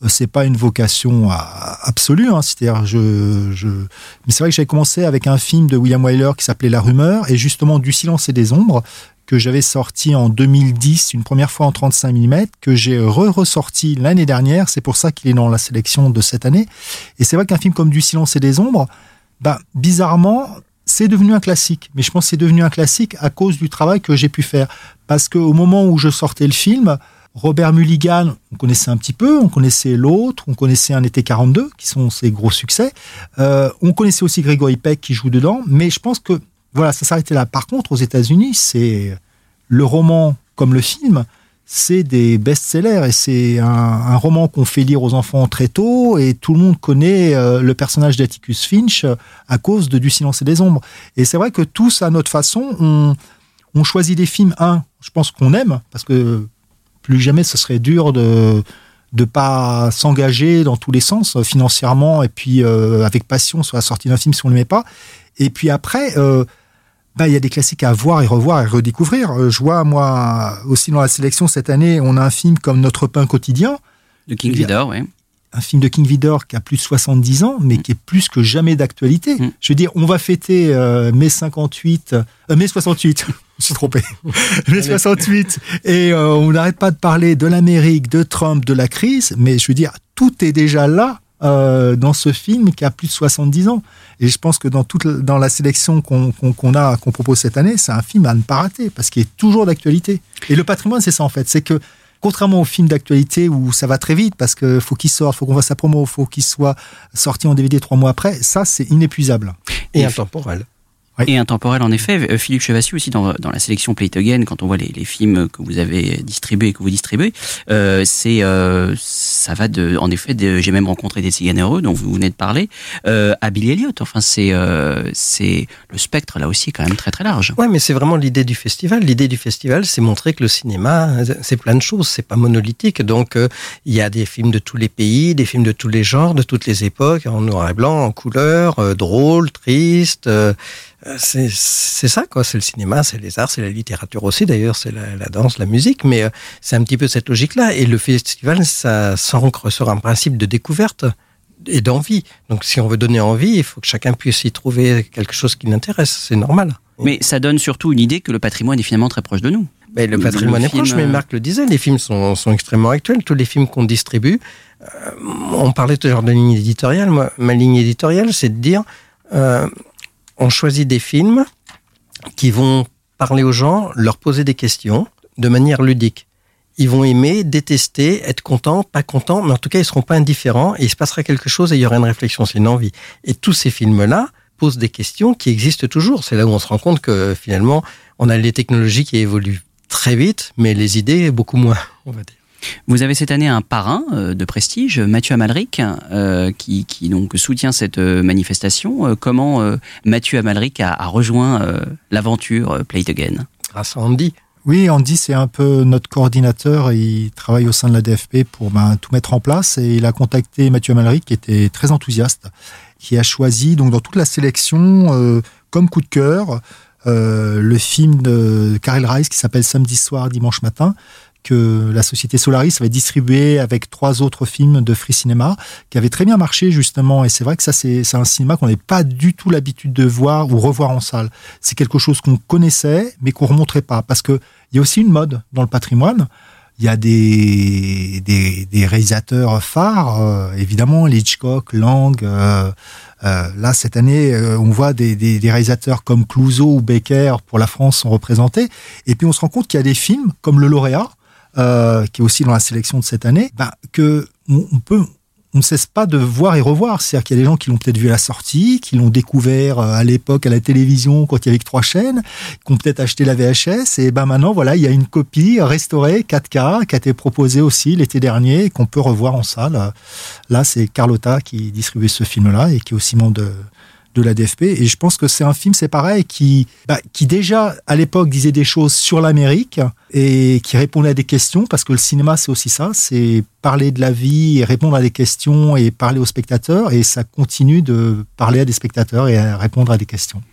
c'est pas une vocation absolue, hein. C'est-à-dire, je, je... mais c'est vrai que j'avais commencé avec un film de William Wyler qui s'appelait La Rumeur, et justement Du silence et des ombres, que j'avais sorti en deux mille dix, une première fois en trente-cinq millimètres, que j'ai re-ressorti l'année dernière. C'est pour ça qu'il est dans la sélection de cette année. Et c'est vrai qu'un film comme Du silence et des ombres, bah, bizarrement, c'est devenu un classique. Mais je pense que c'est devenu un classique à cause du travail que j'ai pu faire. Parce qu'au moment où je sortais le film, Robert Mulligan, on connaissait un petit peu, on connaissait L'autre, on connaissait Un été quarante-deux, qui sont ses gros succès. Euh, on connaissait aussi Gregory Peck qui joue dedans. Mais je pense que voilà, ça s'arrêtait là. Par contre, aux États-Unis, c'est le roman comme le film, c'est des best-sellers et c'est un, un roman qu'on fait lire aux enfants très tôt et tout le monde connaît euh, le personnage d'Atticus Finch à cause de Du silence et des ombres. Et c'est vrai que tous, à notre façon, on, on choisit des films, un, je pense qu'on aime, parce que plus jamais ce serait dur de de pas s'engager dans tous les sens, financièrement et puis euh, avec passion sur la sortie d'un film si on ne l'aimait pas. Et puis après... Euh, bah, il y a des classiques à voir et revoir et redécouvrir. Je vois, moi, aussi dans la sélection cette année, on a un film comme Notre pain quotidien. De King Vidor, oui. Un film de King Vidor qui a plus de soixante-dix ans, mais mmh. qui est plus que jamais d'actualité. Mmh. Je veux dire, on va fêter euh, mai cinquante-huit, euh, mai soixante-huit, je me suis trompé, mai soixante-huit, et euh, on n'arrête pas de parler de l'Amérique, de Trump, de la crise, mais je veux dire, tout est déjà là. Euh, dans ce film qui a plus de soixante-dix ans. Et je pense que dans toute dans la sélection qu'on, qu'on, qu'on a, qu'on propose cette année, c'est un film à ne pas rater, parce qu'il est toujours d'actualité. Et le patrimoine, c'est ça en fait. C'est que, contrairement aux films d'actualité où ça va très vite, parce qu'il faut qu'il sorte, il faut qu'on fasse sa promo, il faut qu'il soit sorti en D V D trois mois après, ça, c'est inépuisable. Et, et intemporel. Oui. Et intemporel, en effet. Philippe Chevassus aussi, dans, dans la sélection Play It Again, quand on voit les, les films que vous avez distribués et que vous distribuez, euh, c'est, euh, ça va de, en effet, de, j'ai même rencontré des Ciganereux, dont vous venez de parler, euh, à Billy Elliot. Enfin, c'est, euh, c'est, le spectre, là aussi, est quand même très, très large. Ouais, mais c'est vraiment l'idée du festival. L'idée du festival, c'est montrer que le cinéma, c'est plein de choses, c'est pas monolithique. Donc, euh, il y a des films de tous les pays, des films de tous les genres, de toutes les époques, en noir et blanc, en couleur, euh, drôle, triste, euh, C'est, c'est ça, quoi. C'est le cinéma, c'est les arts, c'est la littérature aussi, d'ailleurs, c'est la, la danse, la musique, mais euh, c'est un petit peu cette logique-là. Et le festival, ça s'ancre sur un principe de découverte et d'envie. Donc, si on veut donner envie, il faut que chacun puisse y trouver quelque chose qui l'intéresse. C'est normal. Mais ça donne surtout une idée que le patrimoine est finalement très proche de nous. Mais le patrimoine le est film... proche, mais Marc le disait, les films sont, sont extrêmement actuels. Tous les films qu'on distribue, euh, on parlait tout à l'heure de ligne éditoriale. Moi, ma ligne éditoriale, c'est de dire... Euh, on choisit des films qui vont parler aux gens, leur poser des questions de manière ludique. Ils vont aimer, détester, être contents, pas contents, mais en tout cas, ils seront pas indifférents et il se passera quelque chose et il y aura une réflexion, c'est une envie. Et tous ces films-là posent des questions qui existent toujours. C'est là où on se rend compte que finalement, on a les technologies qui évoluent très vite, mais les idées beaucoup moins, on va dire. Vous avez cette année un parrain euh, de prestige, Mathieu Amalric, euh, qui, qui donc soutient cette euh, manifestation. Euh, comment euh, Mathieu Amalric a, a rejoint euh, l'aventure euh, Play It Again ? Grâce à Andy. Oui, Andy, c'est un peu notre coordinateur. Il travaille au sein de la D F P pour ben, tout mettre en place. Et il a contacté Mathieu Amalric, qui était très enthousiaste, qui a choisi, donc dans toute la sélection, euh, comme coup de cœur, euh, le film de Karel Reisz qui s'appelle Samedi soir, dimanche matin, que la société Solaris avait distribué avec trois autres films de Free Cinema, qui avaient très bien marché, justement. Et c'est vrai que ça, c'est, c'est un cinéma qu'on n'avait pas du tout l'habitude de voir ou revoir en salle. C'est quelque chose qu'on connaissait, mais qu'on ne remontrait pas. Parce qu'il y a aussi une mode dans le patrimoine. Il y a des, des, des réalisateurs phares, euh, évidemment, Hitchcock, Lang. Euh, euh, là, cette année, euh, on voit des, des, des réalisateurs comme Clouzot ou Becker, pour la France, sont représentés. Et puis, on se rend compte qu'il y a des films, comme Le Lauréat, Euh, qui est aussi dans la sélection de cette année, bah, que on, on peut, on ne cesse pas de voir et revoir. C'est-à-dire qu'il y a des gens qui l'ont peut-être vu à la sortie, qui l'ont découvert à l'époque à la télévision quand il y avait que trois chaînes, qui ont peut-être acheté la V H S, et ben maintenant voilà, il y a une copie restaurée quatre K qui a été proposée aussi l'été dernier et qu'on peut revoir en salle. Là, c'est Carlotta qui distribue ce film-là et qui est aussi membre de de la D F P, et je pense que c'est un film, c'est pareil, qui, bah, qui déjà, à l'époque, disait des choses sur l'Amérique, et qui répondait à des questions, parce que le cinéma, c'est aussi ça, c'est parler de la vie, et répondre à des questions, et parler aux spectateurs, et ça continue de parler à des spectateurs, et à répondre à des questions.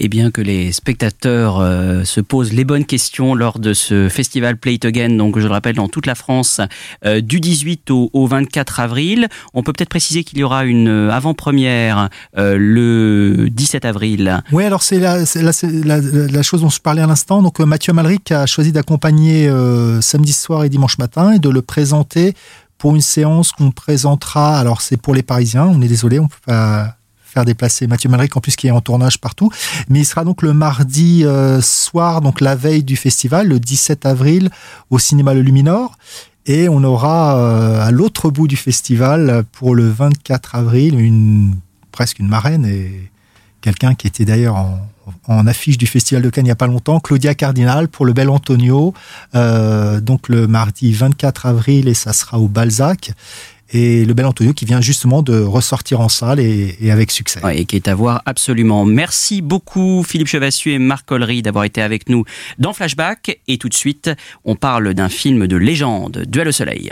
Et bien que les spectateurs euh, se posent les bonnes questions lors de ce festival Play It Again, donc je le rappelle dans toute la France, euh, du dix-huit au, au vingt-quatre avril. On peut peut-être préciser qu'il y aura une avant-première euh, le dix-sept avril. Oui, alors c'est la, c'est la, c'est la, la chose dont je parlais à l'instant. Donc Mathieu Amalric a choisi d'accompagner euh, samedi soir et dimanche matin et de le présenter pour une séance qu'on présentera. Alors c'est pour les Parisiens, on est désolé, on peut pas faire déplacer Mathieu Amalric, en plus qui est en tournage partout. Mais il sera donc le mardi euh, soir, donc la veille du festival, le dix-sept avril, au cinéma Le Luminor. Et on aura euh, à l'autre bout du festival, pour le vingt-quatre avril, une, presque une marraine, et quelqu'un qui était d'ailleurs en, en affiche du Festival de Cannes il n'y a pas longtemps, Claudia Cardinal, pour le Bel Antonio, euh, donc le mardi vingt-quatre avril, et ça sera au Balzac. Et le Bel Antonio qui vient justement de ressortir en salle et, et avec succès. Ouais, et qui est à voir absolument. Merci beaucoup Philippe Chevassieu et Marc Collery d'avoir été avec nous dans Flashback. Et tout de suite, on parle d'un film de légende, Duel au soleil.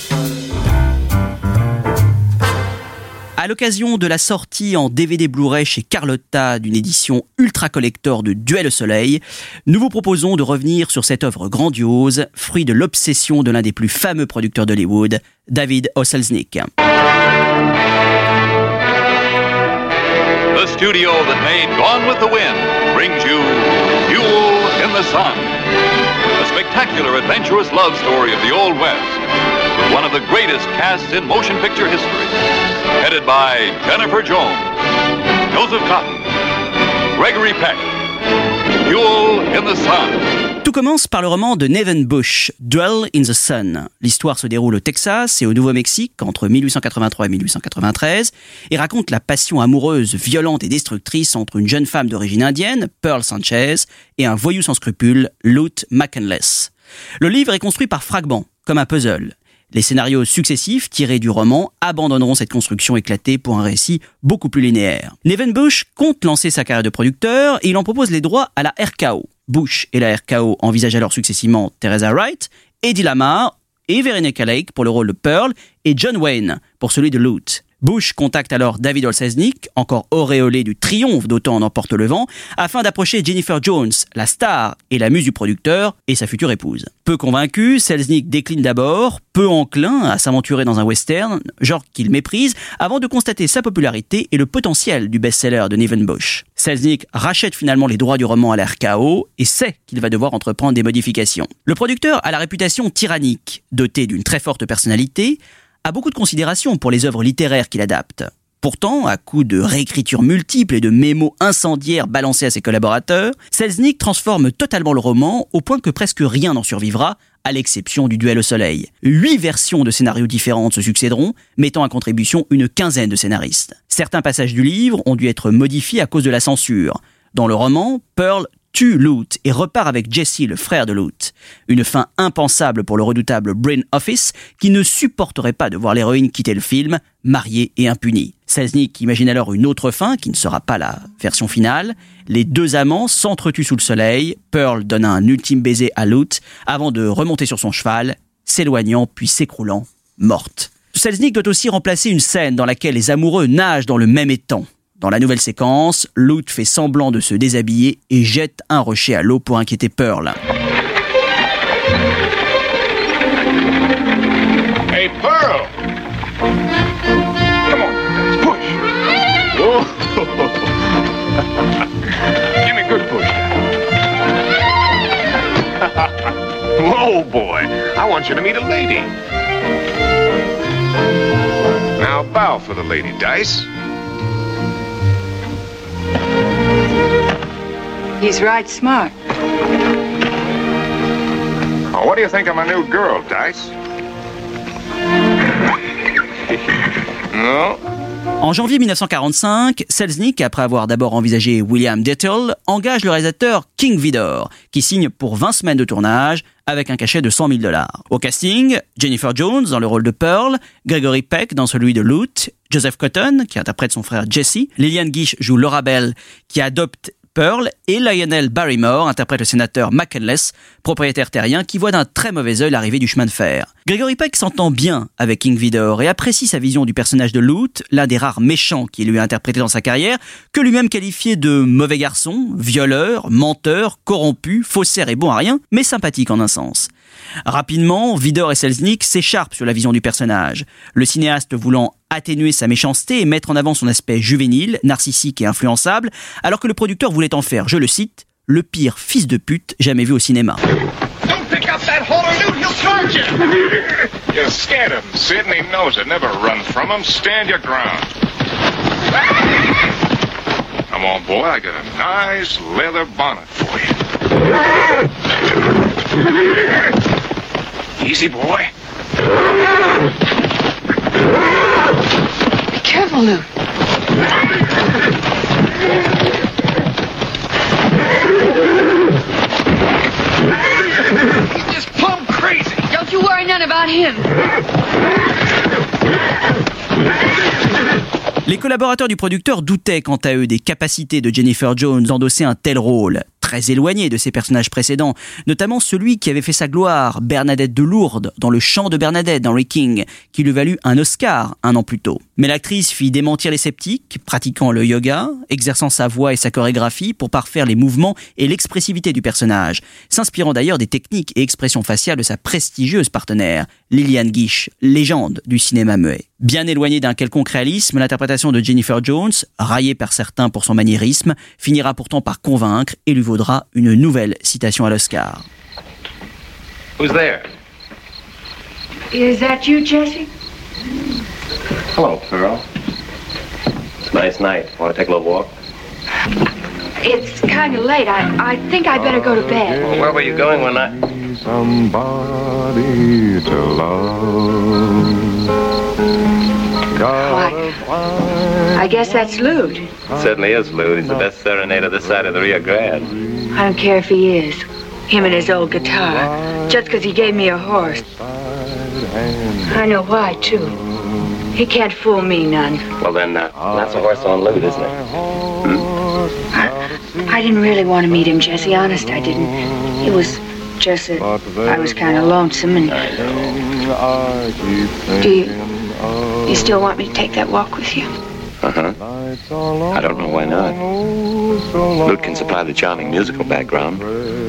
À l'occasion de la sortie en D V D Blu-ray chez Carlotta d'une édition ultra collector de Duel au soleil, nous vous proposons de revenir sur cette œuvre grandiose, fruit de l'obsession de l'un des plus fameux producteurs d'Hollywood, David O. Selznick. The studio that made Gone with the Wind brings you Duel in the Sun, a spectacular adventurous love story of the Old West, with one of the greatest casts in motion picture history. Headed by Jennifer Jones, Joseph Cotton, Gregory Peck, Duel in the Sun. Tout commence par le roman de Nevin Bush, Duel in the Sun. L'histoire se déroule au Texas et au Nouveau-Mexique entre mille huit cent quatre-vingt-trois et mille huit cent quatre-vingt-treize et raconte la passion amoureuse, violente et destructrice entre une jeune femme d'origine indienne, Pearl Sanchez, et un voyou sans scrupules, Lute McCandless. Le livre est construit par fragments, comme un puzzle. Les scénarios successifs tirés du roman abandonneront cette construction éclatée pour un récit beaucoup plus linéaire. Nevin Bush compte lancer sa carrière de producteur et il en propose les droits à la R K O. Bush et la R K O envisagent alors successivement Teresa Wright, Eddie Lamar et Veronica Lake pour le rôle de Pearl et John Wayne pour celui de Lute. Bush contacte alors David O. Selznick, encore auréolé du triomphe d'Autant en emporte le vent, afin d'approcher Jennifer Jones, la star et la muse du producteur, et sa future épouse. Peu convaincu, Selznick décline d'abord, peu enclin à s'aventurer dans un western, genre qu'il méprise, avant de constater sa popularité et le potentiel du best-seller de Nevin Bush. Selznick rachète finalement les droits du roman à la R K O et sait qu'il va devoir entreprendre des modifications. Le producteur a la réputation tyrannique, doté d'une très forte personnalité, a beaucoup de considération pour les œuvres littéraires qu'il adapte. Pourtant, à coup de réécritures multiples et de mémos incendiaires balancés à ses collaborateurs, Selznick transforme totalement le roman au point que presque rien n'en survivra, à l'exception du Duel au soleil. Huit versions de scénarios différentes se succéderont, mettant à contribution une quinzaine de scénaristes. Certains passages du livre ont dû être modifiés à cause de la censure. Dans le roman, Pearl tue Lute et repart avec Jesse, le frère de Lute. Une fin impensable pour le redoutable Brain Office, qui ne supporterait pas de voir l'héroïne quitter le film, mariée et impunie. Selznick imagine alors une autre fin, qui ne sera pas la version finale. Les deux amants s'entretuent sous le soleil, Pearl donne un ultime baiser à Lute, avant de remonter sur son cheval, s'éloignant puis s'écroulant, morte. Selznick doit aussi remplacer une scène dans laquelle les amoureux nagent dans le même étang. Dans la nouvelle séquence, Lute fait semblant de se déshabiller et jette un rocher à l'eau pour inquiéter Pearl. Hey, Pearl! Come on, let's push. Whoa. Give me a good push. Whoa, boy. I want you to meet a lady. Now bow for the lady, Dice. He's right smart. Oh, what do you think of my new girl, Dice? No? En janvier dix-neuf cent quarante-cinq, Selznick, après avoir d'abord envisagé William Dietl, engage le réalisateur King Vidor, qui signe pour vingt semaines de tournage avec un cachet de cent mille dollars. Au casting, Jennifer Jones dans le rôle de Pearl, Gregory Peck dans celui de Lute, Joseph Cotton, qui interprète son frère Jesse, Lillian Gish joue Laura Bell, qui adopte Pearl, et Lionel Barrymore interprète le sénateur McCandless, propriétaire terrien qui voit d'un très mauvais œil l'arrivée du chemin de fer. Gregory Peck s'entend bien avec King Vidor et apprécie sa vision du personnage de Lute, l'un des rares méchants qu'il lui a interprété dans sa carrière, que lui-même qualifiait de mauvais garçon, violeur, menteur, corrompu, faussaire et bon à rien, mais sympathique en un sens. Rapidement, Vidor et Selznick s'écharpent sur la vision du personnage, le cinéaste voulant atténuer sa méchanceté et mettre en avant son aspect juvénile, narcissique et influençable, alors que le producteur voulait en faire, je le cite, « le pire fils de pute jamais vu au cinéma ». Pick up that hole or Newt, he'll charge you! You scared him. Sidney knows it. Never run from him. Stand your ground. Come on, boy. I got a nice leather bonnet for you. Easy, boy. Be careful, Newt. He's just plumb crazy. Don't you worry none about him. Les collaborateurs du producteur doutaient quant à eux des capacités de Jennifer Jones d'endosser un tel rôle, très éloigné de ses personnages précédents, notamment celui qui avait fait sa gloire, Bernadette de Lourdes, dans Le Chant de Bernadette d'Henry King, qui lui valut un Oscar un an plus tôt. Mais l'actrice fit démentir les sceptiques, pratiquant le yoga, exerçant sa voix et sa chorégraphie pour parfaire les mouvements et l'expressivité du personnage, s'inspirant d'ailleurs des techniques et expressions faciales de sa prestigieuse partenaire, Lillian Gish, légende du cinéma muet. Bien éloignée d'un quelconque réalisme, l'interprétation de Jennifer Jones, raillée par certains pour son maniérisme, finira pourtant par convaincre et lui vaudra une nouvelle citation à l'Oscar. Who's there? Is that you, Jesse? Hello, Pearl. It's a nice night. Want to take a little walk? It's kind of late. I, I think I better go to bed. Well, where were you going when I... Somebody to love. I, I guess that's Lute. Certainly is, Lou. He's the best serenader this side of the Rio Grande. I don't care if he is. Him and his old guitar. Just because he gave me a horse. I know why, too. He can't fool me none. Well, then, uh, that's a horse on Lute, isn't it? Hmm? I, I didn't really want to meet him, Jesse. Honest, I didn't. It was just that I was kind of lonesome and... Do you... You still want me to take that walk with you? Uh-huh. I don't know why not. Lute can supply the charming musical background.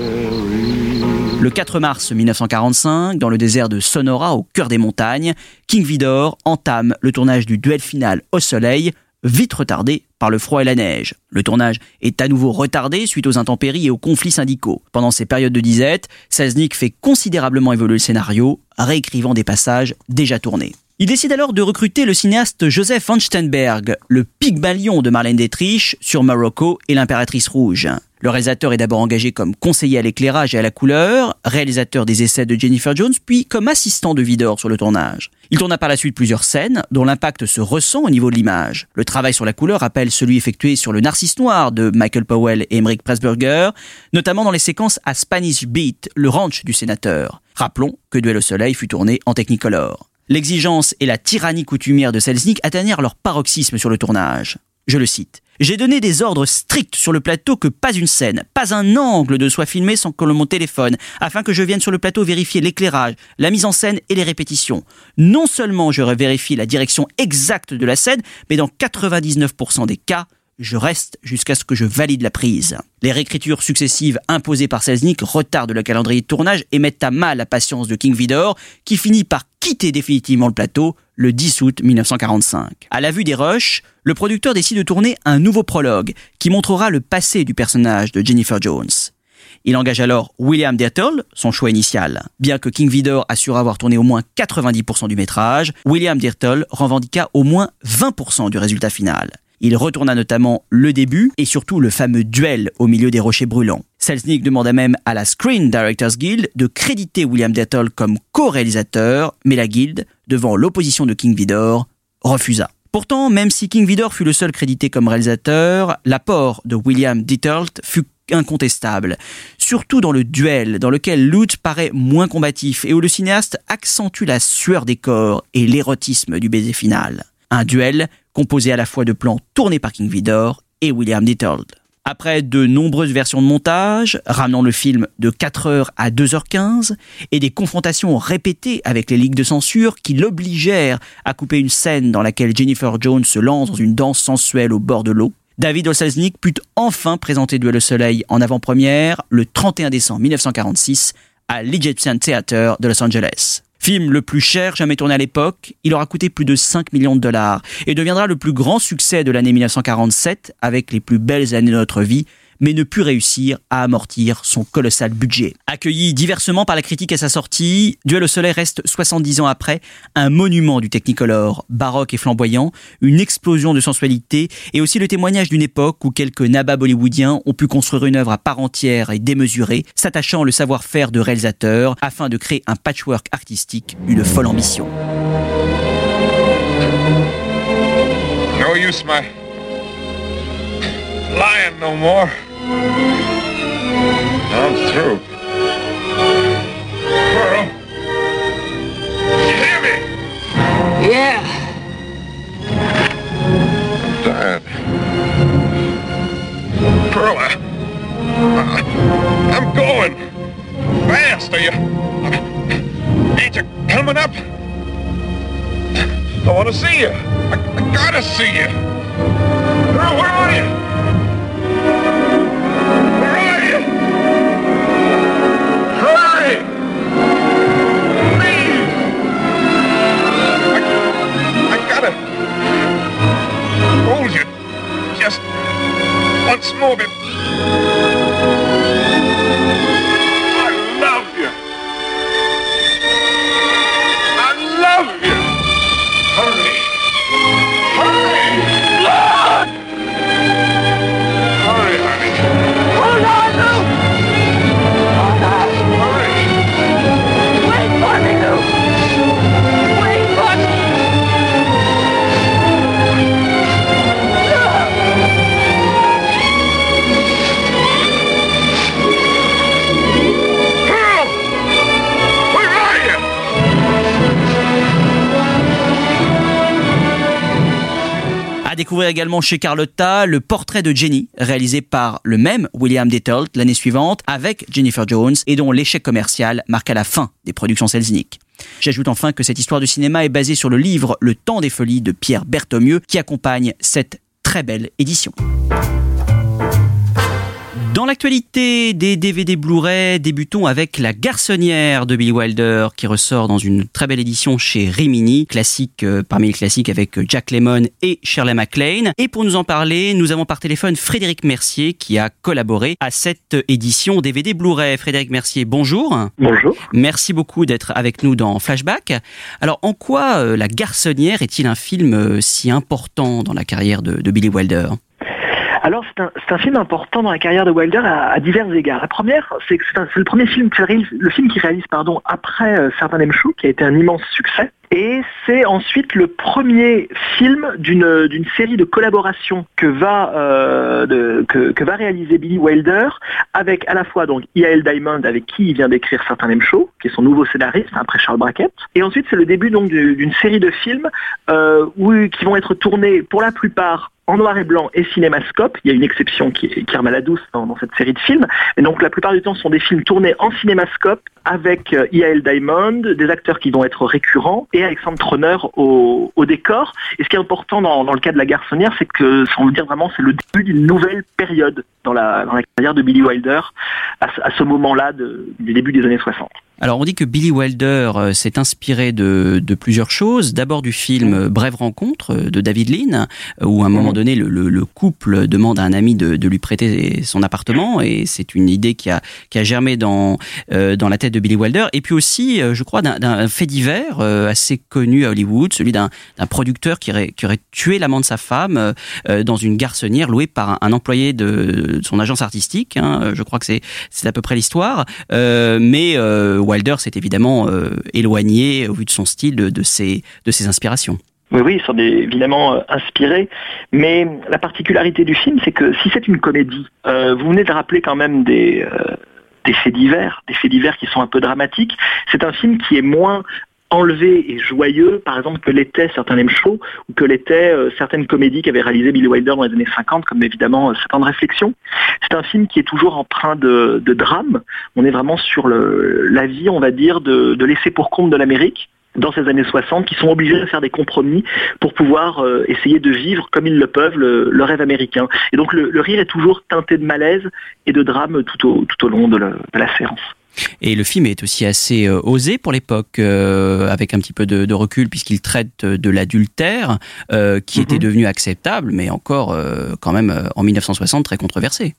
Le quatre mars mille neuf cent quarante-cinq, dans le désert de Sonora, au cœur des montagnes, King Vidor entame le tournage du duel final au soleil, vite retardé par le froid et la neige. Le tournage est à nouveau retardé suite aux intempéries et aux conflits syndicaux. Pendant ces périodes de disette, Selznick fait considérablement évoluer le scénario, réécrivant des passages déjà tournés. Il décide alors de recruter le cinéaste Joseph von Sternberg, le Pygmalion de Marlène Dietrich sur Morocco et l'Impératrice Rouge. Le réalisateur est d'abord engagé comme conseiller à l'éclairage et à la couleur, réalisateur des essais de Jennifer Jones, puis comme assistant de Vidor sur le tournage. Il tourna par la suite plusieurs scènes dont l'impact se ressent au niveau de l'image. Le travail sur la couleur rappelle celui effectué sur Le Narcisse Noir de Michael Powell et Emmerich Pressburger, notamment dans les séquences à Spanish Beat, le ranch du sénateur. Rappelons que Duel au soleil fut tourné en Technicolor. L'exigence et la tyrannie coutumière de Selznick atteignirent leur paroxysme sur le tournage. Je le cite. « J'ai donné des ordres stricts sur le plateau que pas une scène, pas un angle ne soit filmé sans que mon téléphone, afin que je vienne sur le plateau vérifier l'éclairage, la mise en scène et les répétitions. Non seulement je vérifie la direction exacte de la scène, mais dans quatre-vingt-dix-neuf pour cent des cas, je reste jusqu'à ce que je valide la prise. » Les réécritures successives imposées par Selznick retardent le calendrier de tournage et mettent à mal la patience de King Vidor, qui finit par quitter définitivement le plateau le dix août mille neuf cent quarante-cinq. À la vue des rushs, le producteur décide de tourner un nouveau prologue qui montrera le passé du personnage de Jennifer Jones. Il engage alors William Dirtle, son choix initial. Bien que King Vidor assure avoir tourné au moins quatre-vingt-dix pour cent du métrage, William Dirtle revendiqua au moins vingt pour cent du résultat final. Il retourna notamment le début et surtout le fameux duel au milieu des rochers brûlants. Selznick demanda même à la Screen Directors Guild de créditer William Dirtle comme co-réalisateur, mais la Guilde, devant l'opposition de King Vidor, refusa. Pourtant, même si King Vidor fut le seul crédité comme réalisateur, l'apport de William Dirtle fut incontestable, surtout dans le duel dans lequel Lute paraît moins combatif et où le cinéaste accentue la sueur des corps et l'érotisme du baiser final. Un duel composé à la fois de plans tournés par King Vidor et William Dirtle. Après de nombreuses versions de montage, ramenant le film de quatre heures à deux heures quinze, et des confrontations répétées avec les ligues de censure qui l'obligèrent à couper une scène dans laquelle Jennifer Jones se lance dans une danse sensuelle au bord de l'eau, David O. Selznick put enfin présenter Duel au soleil en avant-première le trente et un décembre mille neuf cent quarante-six à l'Egyptian Theatre de Los Angeles. Film le plus cher jamais tourné à l'époque, il aura coûté plus de cinq millions de dollars et deviendra le plus grand succès de l'année mille neuf cent quarante-sept avec les plus belles années de notre vie, mais ne put réussir à amortir son colossal budget. Accueilli diversement par la critique à sa sortie, Duel au soleil reste soixante-dix ans après un monument du Technicolor, baroque et flamboyant, une explosion de sensualité et aussi le témoignage d'une époque où quelques nababs hollywoodiens ont pu construire une œuvre à part entière et démesurée, s'attachant le savoir-faire de réalisateurs afin de créer un patchwork artistique, une folle ambition. No use my lying no more. I'm through. Pearl, you hear me? Yeah. Dad. Pearl, I, I, I'm going fast. Are you? Ain't you coming up? I want to see you. I, I gotta see you. Pearl, where are you? Hold you just once more, but I love you. I love you. Hurry, hurry, Lord! Hurry, honey. Hold on, Luke. Hold on. Hurry. Wait for me, Luke. Wait for me. À découvrir également chez Carlotta le portrait de Jenny, réalisé par le même William Dettold l'année suivante avec Jennifer Jones et dont l'échec commercial marqua la fin des productions Selznick. J'ajoute enfin que cette histoire du cinéma est basée sur le livre Le Temps des Folies de Pierre Berthomieux qui accompagne cette très belle édition. Dans l'actualité des D V D Blu-ray, débutons avec La Garçonnière de Billy Wilder qui ressort dans une très belle édition chez Rimini, classique euh, parmi les classiques avec Jack Lemmon et Shirley MacLaine. Et pour nous en parler, nous avons par téléphone Frédéric Mercier qui a collaboré à cette édition D V D Blu-ray. Frédéric Mercier, bonjour. Bonjour. Merci beaucoup d'être avec nous dans Flashback. Alors, en quoi euh, La Garçonnière est-il un film euh, si important dans la carrière de, de Billy Wilder ? Alors, c'est un, c'est un film important dans la carrière de Wilder à, à divers égards. La première, c'est que c'est, un, c'est le premier film qu'il réalise, le film qu'il réalise, pardon, après euh, Certain Name Show, qui a été un immense succès. Et c'est ensuite le premier film d'une, d'une série de collaborations que va, euh, de, que, que va réaliser Billy Wilder avec à la fois donc E A L Diamond, avec qui il vient d'écrire Certain Name Show, qui est son nouveau scénariste après Charles Brackett. Et ensuite, c'est le début donc d'une série de films euh, où, qui vont être tournés pour la plupart en noir et blanc et cinémascope. Il y a une exception qui est, qui est Irma la Douce dans, dans cette série de films. Et donc la plupart du temps, ce sont des films tournés en cinémascope avec E A L Diamond, des acteurs qui vont être récurrents et Alexandre Troner au, au décor. Et ce qui est important dans, dans le cas de La Garçonnière, c'est que, sans vous dire vraiment, c'est le début d'une nouvelle période dans la, dans la carrière de Billy Wilder à, à ce moment-là de, du début des années soixante. Alors on dit que Billy Wilder euh, s'est inspiré de, de plusieurs choses. D'abord du film euh, Brève rencontre euh, de David Lean, euh, où à un moment donné le, le, le couple demande à un ami de, de lui prêter son appartement, et c'est une idée qui a, qui a germé dans, euh, dans la tête de Billy Wilder. Et puis aussi, euh, je crois, d'un, d'un fait divers euh, assez connu à Hollywood, celui d'un, d'un producteur qui aurait, qui aurait tué l'amant de sa femme euh, dans une garçonnière louée par un, un employé de, de son agence artistique. Hein. Je crois que c'est, c'est à peu près l'histoire. Euh, mais euh, Wilder s'est évidemment euh, éloigné, au vu de son style, de, de, ses, de ses inspirations. Oui, oui, ils sont évidemment euh, inspirés, mais la particularité du film, c'est que si c'est une comédie, euh, vous venez de rappeler quand même des, euh, des faits divers, des faits divers qui sont un peu dramatiques. C'est un film qui est moins enlevé et joyeux, par exemple, que l'étaient certains lame shows ou que l'étaient euh, certaines comédies qu'avait réalisées Billy Wilder dans les années cinquante, comme évidemment euh, Sept ans de réflexion. C'est un film qui est toujours empreint de, de drame. On est vraiment sur le, la vie, on va dire, de, de laisser pour compte de l'Amérique dans ces années soixante, qui sont obligés de faire des compromis pour pouvoir euh, essayer de vivre comme ils le peuvent le, le rêve américain. Et donc le, le rire est toujours teinté de malaise et de drame tout au, tout au long de, le, de la séance. Et le film est aussi assez euh, osé pour l'époque, euh, avec un petit peu de, de recul, puisqu'il traite de l'adultère, euh, qui mm-hmm. était devenu acceptable, mais encore euh, quand même euh, en dix-neuf cent soixante très controversé.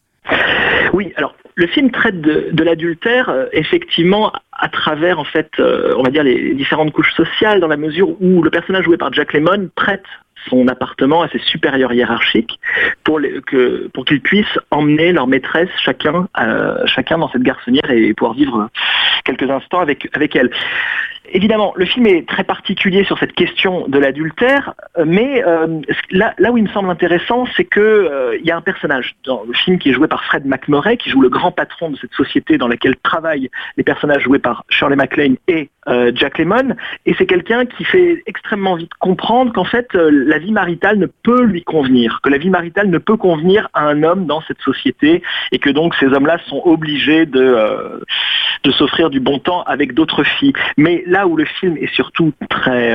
Oui, alors le film traite de, de l'adultère, euh, effectivement, à travers en fait, euh, on va dire les différentes couches sociales, dans la mesure où le personnage joué par Jack Lemmon prête son appartement à ses supérieurs hiérarchiques pour, les, que, pour qu'ils puissent emmener leur maîtresse chacun, euh, chacun dans cette garçonnière et pouvoir vivre quelques instants avec, avec elle. Évidemment, le film est très particulier sur cette question de l'adultère, mais euh, là, là où il me semble intéressant, c'est que euh, il y a un personnage dans le film qui est joué par Fred MacMurray, qui joue le grand patron de cette société dans laquelle travaillent les personnages joués par Shirley MacLaine et euh, Jack Lemmon, et c'est quelqu'un qui fait extrêmement vite comprendre qu'en fait, euh, la vie maritale ne peut lui convenir, que la vie maritale ne peut convenir à un homme dans cette société, et que donc ces hommes-là sont obligés de, euh, de s'offrir du bon temps avec d'autres filles. Mais là, Là où le film est surtout très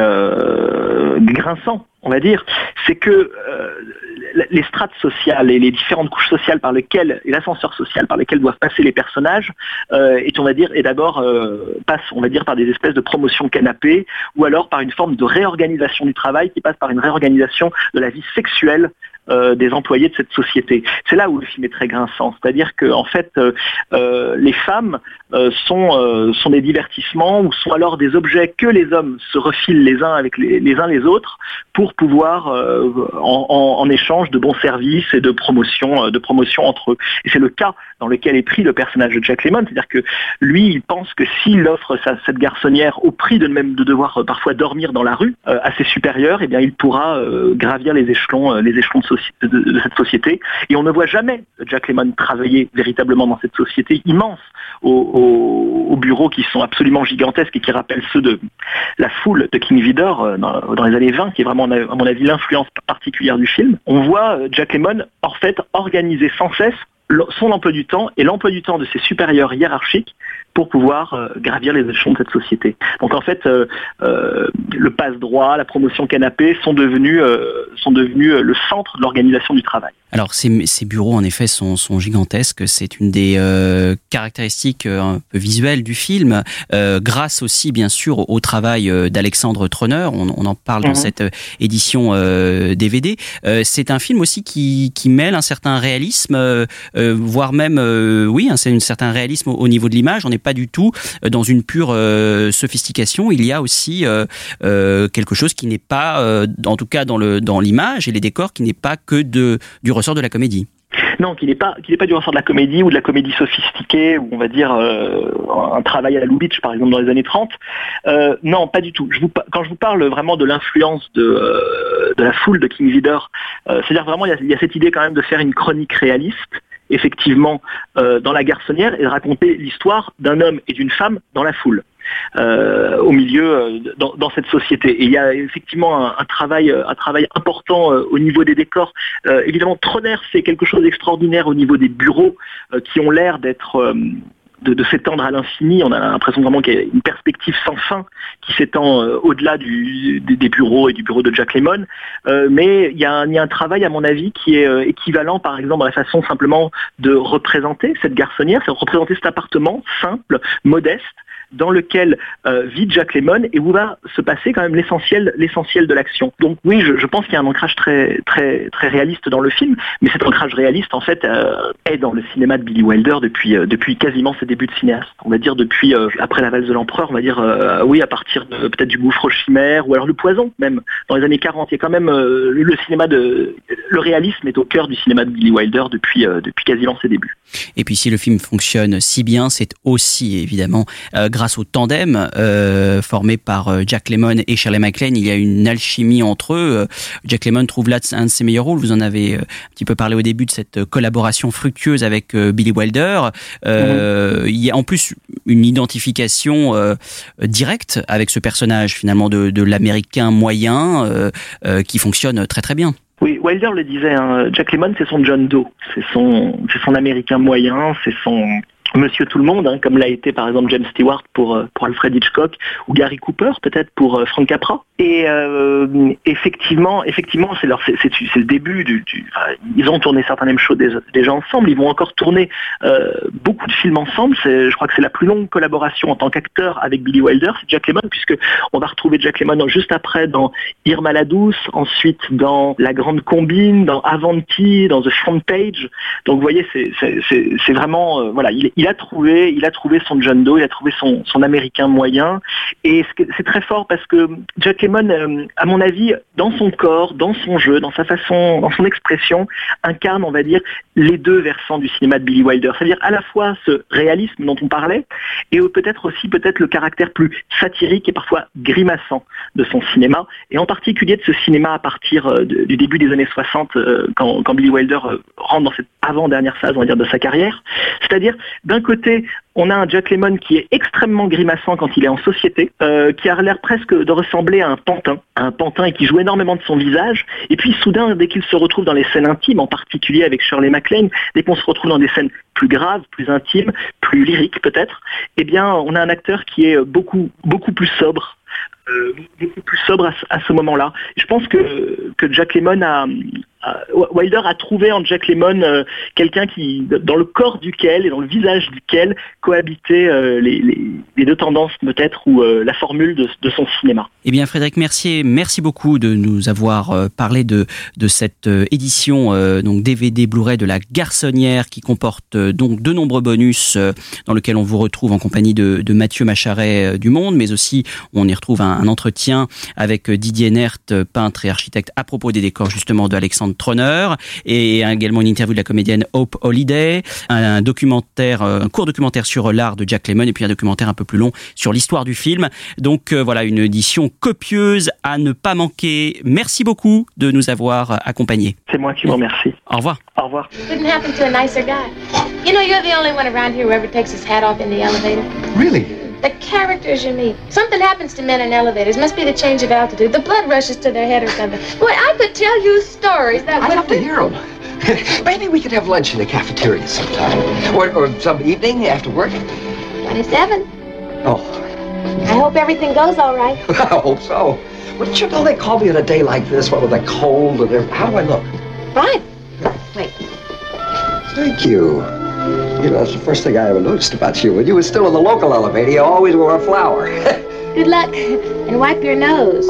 euh, grinçant, on va dire, c'est que euh, les strates sociales et les différentes couches sociales par lesquelles, et l'ascenseur social par lesquels doivent passer les personnages, euh, est, on va dire, et d'abord euh, passe, on va dire, par des espèces de promotion canapé, ou alors par une forme de réorganisation du travail qui passe par une réorganisation de la vie sexuelle Euh, des employés de cette société. C'est là où le film est très grinçant, c'est-à-dire que en fait, euh, euh, les femmes euh, sont euh, sont des divertissements ou sont alors des objets que les hommes se refilent les uns avec les, les uns les autres pour pouvoir euh, en, en, en échange de bons services et de promotion euh, de promotion entre eux. Et c'est le cas dans lequel est pris le personnage de Jack Lemmon, c'est-à-dire que lui, il pense que s'il offre sa, cette garçonnière au prix de même de devoir euh, parfois dormir dans la rue euh, à ses supérieurs, eh bien il pourra euh, gravir les échelons euh, les échelons de De, de cette société, et on ne voit jamais Jack Lemmon travailler véritablement dans cette société immense, aux, aux, aux bureaux qui sont absolument gigantesques et qui rappellent ceux de la foule de King Vidor dans, dans les années vingt, qui est vraiment à mon avis l'influence particulière du film. On voit Jack Lemmon en fait organiser sans cesse son emploi du temps et l'emploi du temps de ses supérieurs hiérarchiques pour pouvoir euh, gravir les échelons de cette société. Donc en fait, euh, euh, le passe-droit, la promotion canapé sont devenus, euh, sont devenus euh, le centre de l'organisation du travail. Alors ces, ces bureaux en effet sont, sont gigantesques, c'est une des euh, caractéristiques euh, un peu visuelles du film, euh, grâce aussi bien sûr au, au travail euh, d'Alexandre Troner, on, on en parle dans mm-hmm. cette euh, édition euh, D V D. Euh, c'est un film aussi qui, qui mêle un certain réalisme, euh, euh, voire même, euh, oui, un, c'est un certain réalisme au, au niveau de l'image, on n'est pas du tout dans une pure euh, sophistication, il y a aussi euh, euh, quelque chose qui n'est pas, euh, en tout cas dans, le, dans l'image et les décors, qui n'est pas que de, du ressort de la comédie. Non, qui n'est pas, qui n'est pas du ressort de la comédie ou de la comédie sophistiquée, ou on va dire euh, un travail à la Lubitsch par exemple dans les années trente. Euh, non, pas du tout. Je vous, quand je vous parle vraiment de l'influence de, euh, de la foule de King Vidor, euh, c'est-à-dire vraiment il y, a, il y a cette idée quand même de faire une chronique réaliste, effectivement, euh, dans la garçonnière, et de raconter l'histoire d'un homme et d'une femme dans la foule. Euh, au milieu euh, dans, dans cette société. Et il y a effectivement un, un travail, un travail important euh, au niveau des décors. Euh, évidemment, Troner fait quelque chose d'extraordinaire au niveau des bureaux euh, qui ont l'air d'être euh, de, de s'étendre à l'infini. On a l'impression vraiment qu'il y a une perspective sans fin qui s'étend euh, au-delà du, des, des bureaux et du bureau de Jack Lemmon. Euh, mais il y, a un, il y a un travail, à mon avis, qui est euh, équivalent, par exemple, dans la façon simplement de représenter cette garçonnière, c'est de représenter cet appartement simple, modeste, dans lequel euh, vit Jack Lemmon et où va se passer quand même l'essentiel, l'essentiel de l'action. Donc oui, je, je pense qu'il y a un ancrage très, très, très réaliste dans le film, mais cet ancrage réaliste, en fait, euh, est dans le cinéma de Billy Wilder depuis, euh, depuis quasiment ses débuts de cinéaste. On va dire depuis, euh, après La valse de l'empereur, on va dire, euh, oui, à partir de, peut-être du Gouffre chimère, ou alors Le Poison, même, dans les années quarante. Il y a quand même euh, le cinéma de... Le réalisme est au cœur du cinéma de Billy Wilder depuis, euh, depuis quasiment ses débuts. Et puis si le film fonctionne si bien, c'est aussi, évidemment, euh, grâce grâce au tandem euh, formé par euh, Jack Lemmon et Shirley MacLaine, il y a une alchimie entre eux. Jack Lemmon trouve là un de ses meilleurs rôles. Vous en avez euh, un petit peu parlé au début de cette collaboration fructueuse avec euh, Billy Wilder. Euh, mmh. Il y a en plus une identification euh, directe avec ce personnage finalement de, de l'américain moyen euh, euh, qui fonctionne très très bien. Oui, Wilder le disait, hein, Jack Lemmon c'est son John Doe, c'est son, c'est son américain moyen, c'est son Monsieur Tout-le-Monde, hein, comme l'a été par exemple James Stewart pour, pour Alfred Hitchcock, ou Gary Cooper peut-être pour euh, Frank Capra. Et euh, effectivement, effectivement, c'est, leur, c'est, c'est, c'est le début du, du enfin, ils ont tourné certains mêmes shows déjà, déjà ensemble, ils vont encore tourner euh, beaucoup de films ensemble. C'est, je crois que c'est la plus longue collaboration en tant qu'acteur avec Billy Wilder, c'est Jack Lemmon, puisque on va retrouver Jack Lemmon juste après dans Irma la Douce, ensuite dans La Grande Combine, dans Avanti, dans The Front Page. Donc vous voyez, c'est, c'est, c'est, c'est vraiment euh, voilà, il, il a trouvé, il a trouvé son John Doe, il a trouvé son, son américain moyen, et c'est très fort parce que Jack Lemmon, euh, à mon avis, dans son corps, dans son jeu, dans sa façon, dans son expression, incarne, on va dire, les deux versants du cinéma de Billy Wilder, c'est-à-dire à la fois ce réalisme dont on parlait, et peut-être aussi peut-être le caractère plus satirique et parfois grimaçant de son cinéma, et en particulier de ce cinéma à partir euh, de, du début des années soixante, euh, quand, quand Billy Wilder euh, rentre dans cette avant-dernière phase, on va dire, de sa carrière, c'est-à-dire d'un côté, on a un Jack Lemmon qui est extrêmement grimaçant quand il est en société, euh, qui a l'air presque de ressembler à un pantin, un pantin et qui joue énormément de son visage. Et puis soudain, dès qu'il se retrouve dans les scènes intimes, en particulier avec Shirley MacLaine, dès qu'on se retrouve dans des scènes plus graves, plus intimes, plus lyriques peut-être, eh bien, on a un acteur qui est beaucoup, beaucoup plus sobre. Euh, beaucoup plus sobre à, à ce moment-là. Je pense que, que Jack Lemmon a, a... Wilder a trouvé en Jack Lemmon euh, quelqu'un qui, dans le corps duquel et dans le visage duquel cohabitaient euh, les, les, les deux tendances peut-être ou euh, la formule de, de son cinéma. Eh bien Frédéric Mercier, merci beaucoup de nous avoir euh, parlé de, de cette euh, édition euh, donc D V D Blu-ray de La Garçonnière qui comporte euh, donc de nombreux bonus euh, dans lequel on vous retrouve en compagnie de, de Mathieu Macharet euh, du Monde, mais aussi on y retrouve un, un entretien avec Didier Nert, peintre et architecte, à propos des décors justement de Alexandre Troner, et également une interview de la comédienne Hope Holiday, un documentaire, un court documentaire sur l'art de Jack Lemmon, et puis un documentaire un peu plus long sur l'histoire du film. Donc euh, voilà, une édition copieuse à ne pas manquer. Merci beaucoup de nous avoir accompagnés. C'est moi qui vous remercie. Au revoir. Au revoir. Couldn't happen to a nicer guy. You know, you're the only one around here who ever takes his hat off in the elevator. Really? The characters you meet. Something happens to men in elevators. Must be the change of altitude. The blood rushes to their head or something. Boy, I could tell you stories that I'd would... love to hear them. Maybe we could have lunch in the cafeteria sometime. Or, or some evening after work. twenty-seven. Oh. I hope everything goes all right. I hope so. Wouldn't you know they call me on a day like this, what with a cold and everything. How do I look? Fine. Wait. Thank you. You know, that's the first thing I ever noticed about you. When you were still in the local elevator, you always wore a flower. Good luck. And wipe your nose.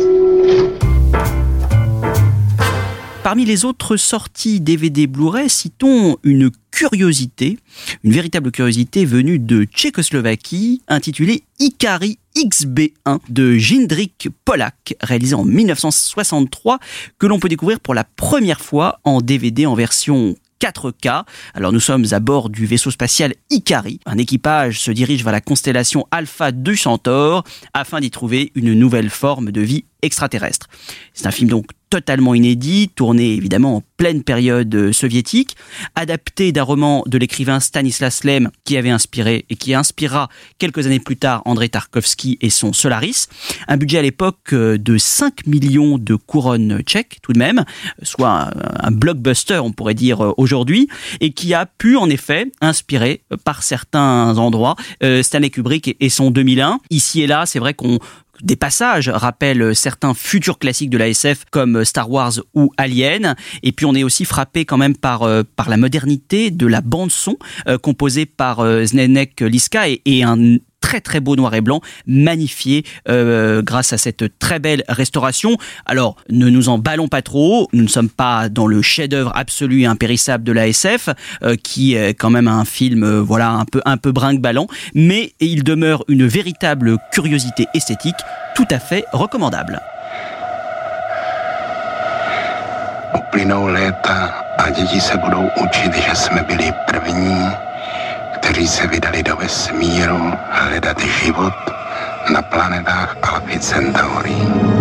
Parmi les autres sorties D V D Blu-ray, citons une curiosité, une véritable curiosité venue de Tchécoslovaquie, intitulée Ikari X B un de Jindřich Polák, réalisé en dix-neuf cent soixante-trois, que l'on peut découvrir pour la première fois en D V D en version quatre K. Alors nous sommes à bord du vaisseau spatial Ikari. Un équipage se dirige vers la constellation Alpha du Centaure afin d'y trouver une nouvelle forme de vie extraterrestre. C'est un film donc totalement inédit, tourné évidemment en pleine période soviétique, adapté d'un roman de l'écrivain Stanislas Lem qui avait inspiré et qui inspirera quelques années plus tard Andrei Tarkovsky et son Solaris. Un budget à l'époque de cinq millions de couronnes tchèques tout de même, soit un, un blockbuster on pourrait dire aujourd'hui, et qui a pu en effet inspirer par certains endroits euh, Stanley Kubrick et, et son deux mille un. Ici et là, c'est vrai qu'on des passages rappellent certains futurs classiques de la S F comme Star Wars ou Alien, et puis on est aussi frappé quand même par euh, par la modernité de la bande son euh, composée par euh, Zdeněk Liska et, et un très très beau noir et blanc, magnifié euh, grâce à cette très belle restauration. Alors, ne nous en ballons pas trop, nous ne sommes pas dans le chef-d'œuvre absolu et impérissable de la S F, euh, qui est quand même un film euh, voilà un peu un peu brinque-ballant, mais il demeure une véritable curiosité esthétique tout à fait recommandable. Uplynou léta a děti se budou učit, že jsme byli první, kteří se vydali do vesmíru hledat život na planetách Alpha Centauri.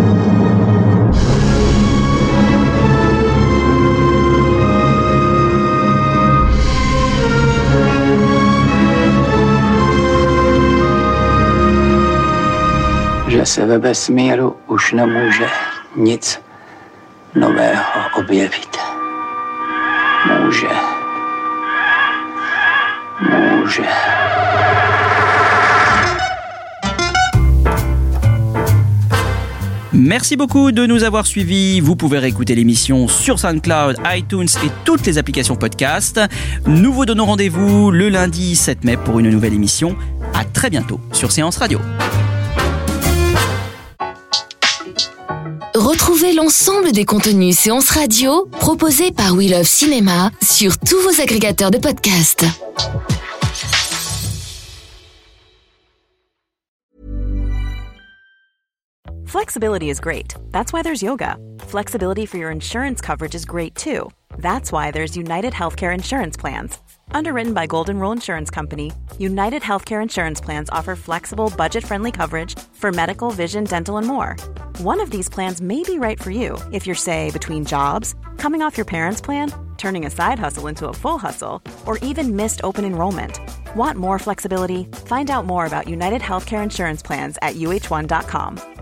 Že se ve vesmíru už nemůže nic nového objevit. Může. Může. Merci beaucoup de nous avoir suivis. Vous pouvez réécouter l'émission sur SoundCloud, iTunes et toutes les applications podcast. Nous vous donnons rendez-vous le lundi sept mai pour une nouvelle émission. À très bientôt sur Séance Radio. Retrouvez l'ensemble des contenus Séance Radio proposés par We Love Cinéma sur tous vos agrégateurs de podcasts. Flexibility is great. That's why there's yoga. Flexibility for your insurance coverage is great too. That's why there's United Healthcare Insurance Plans. Underwritten by Golden Rule Insurance Company, United Healthcare Insurance Plans offer flexible, budget-friendly coverage for medical, vision, dental, and more. One of these plans may be right for you if you're, say, between jobs, coming off your parents' plan, turning a side hustle into a full hustle, or even missed open enrollment. Want more flexibility? Find out more about United Healthcare Insurance Plans at U H one dot com.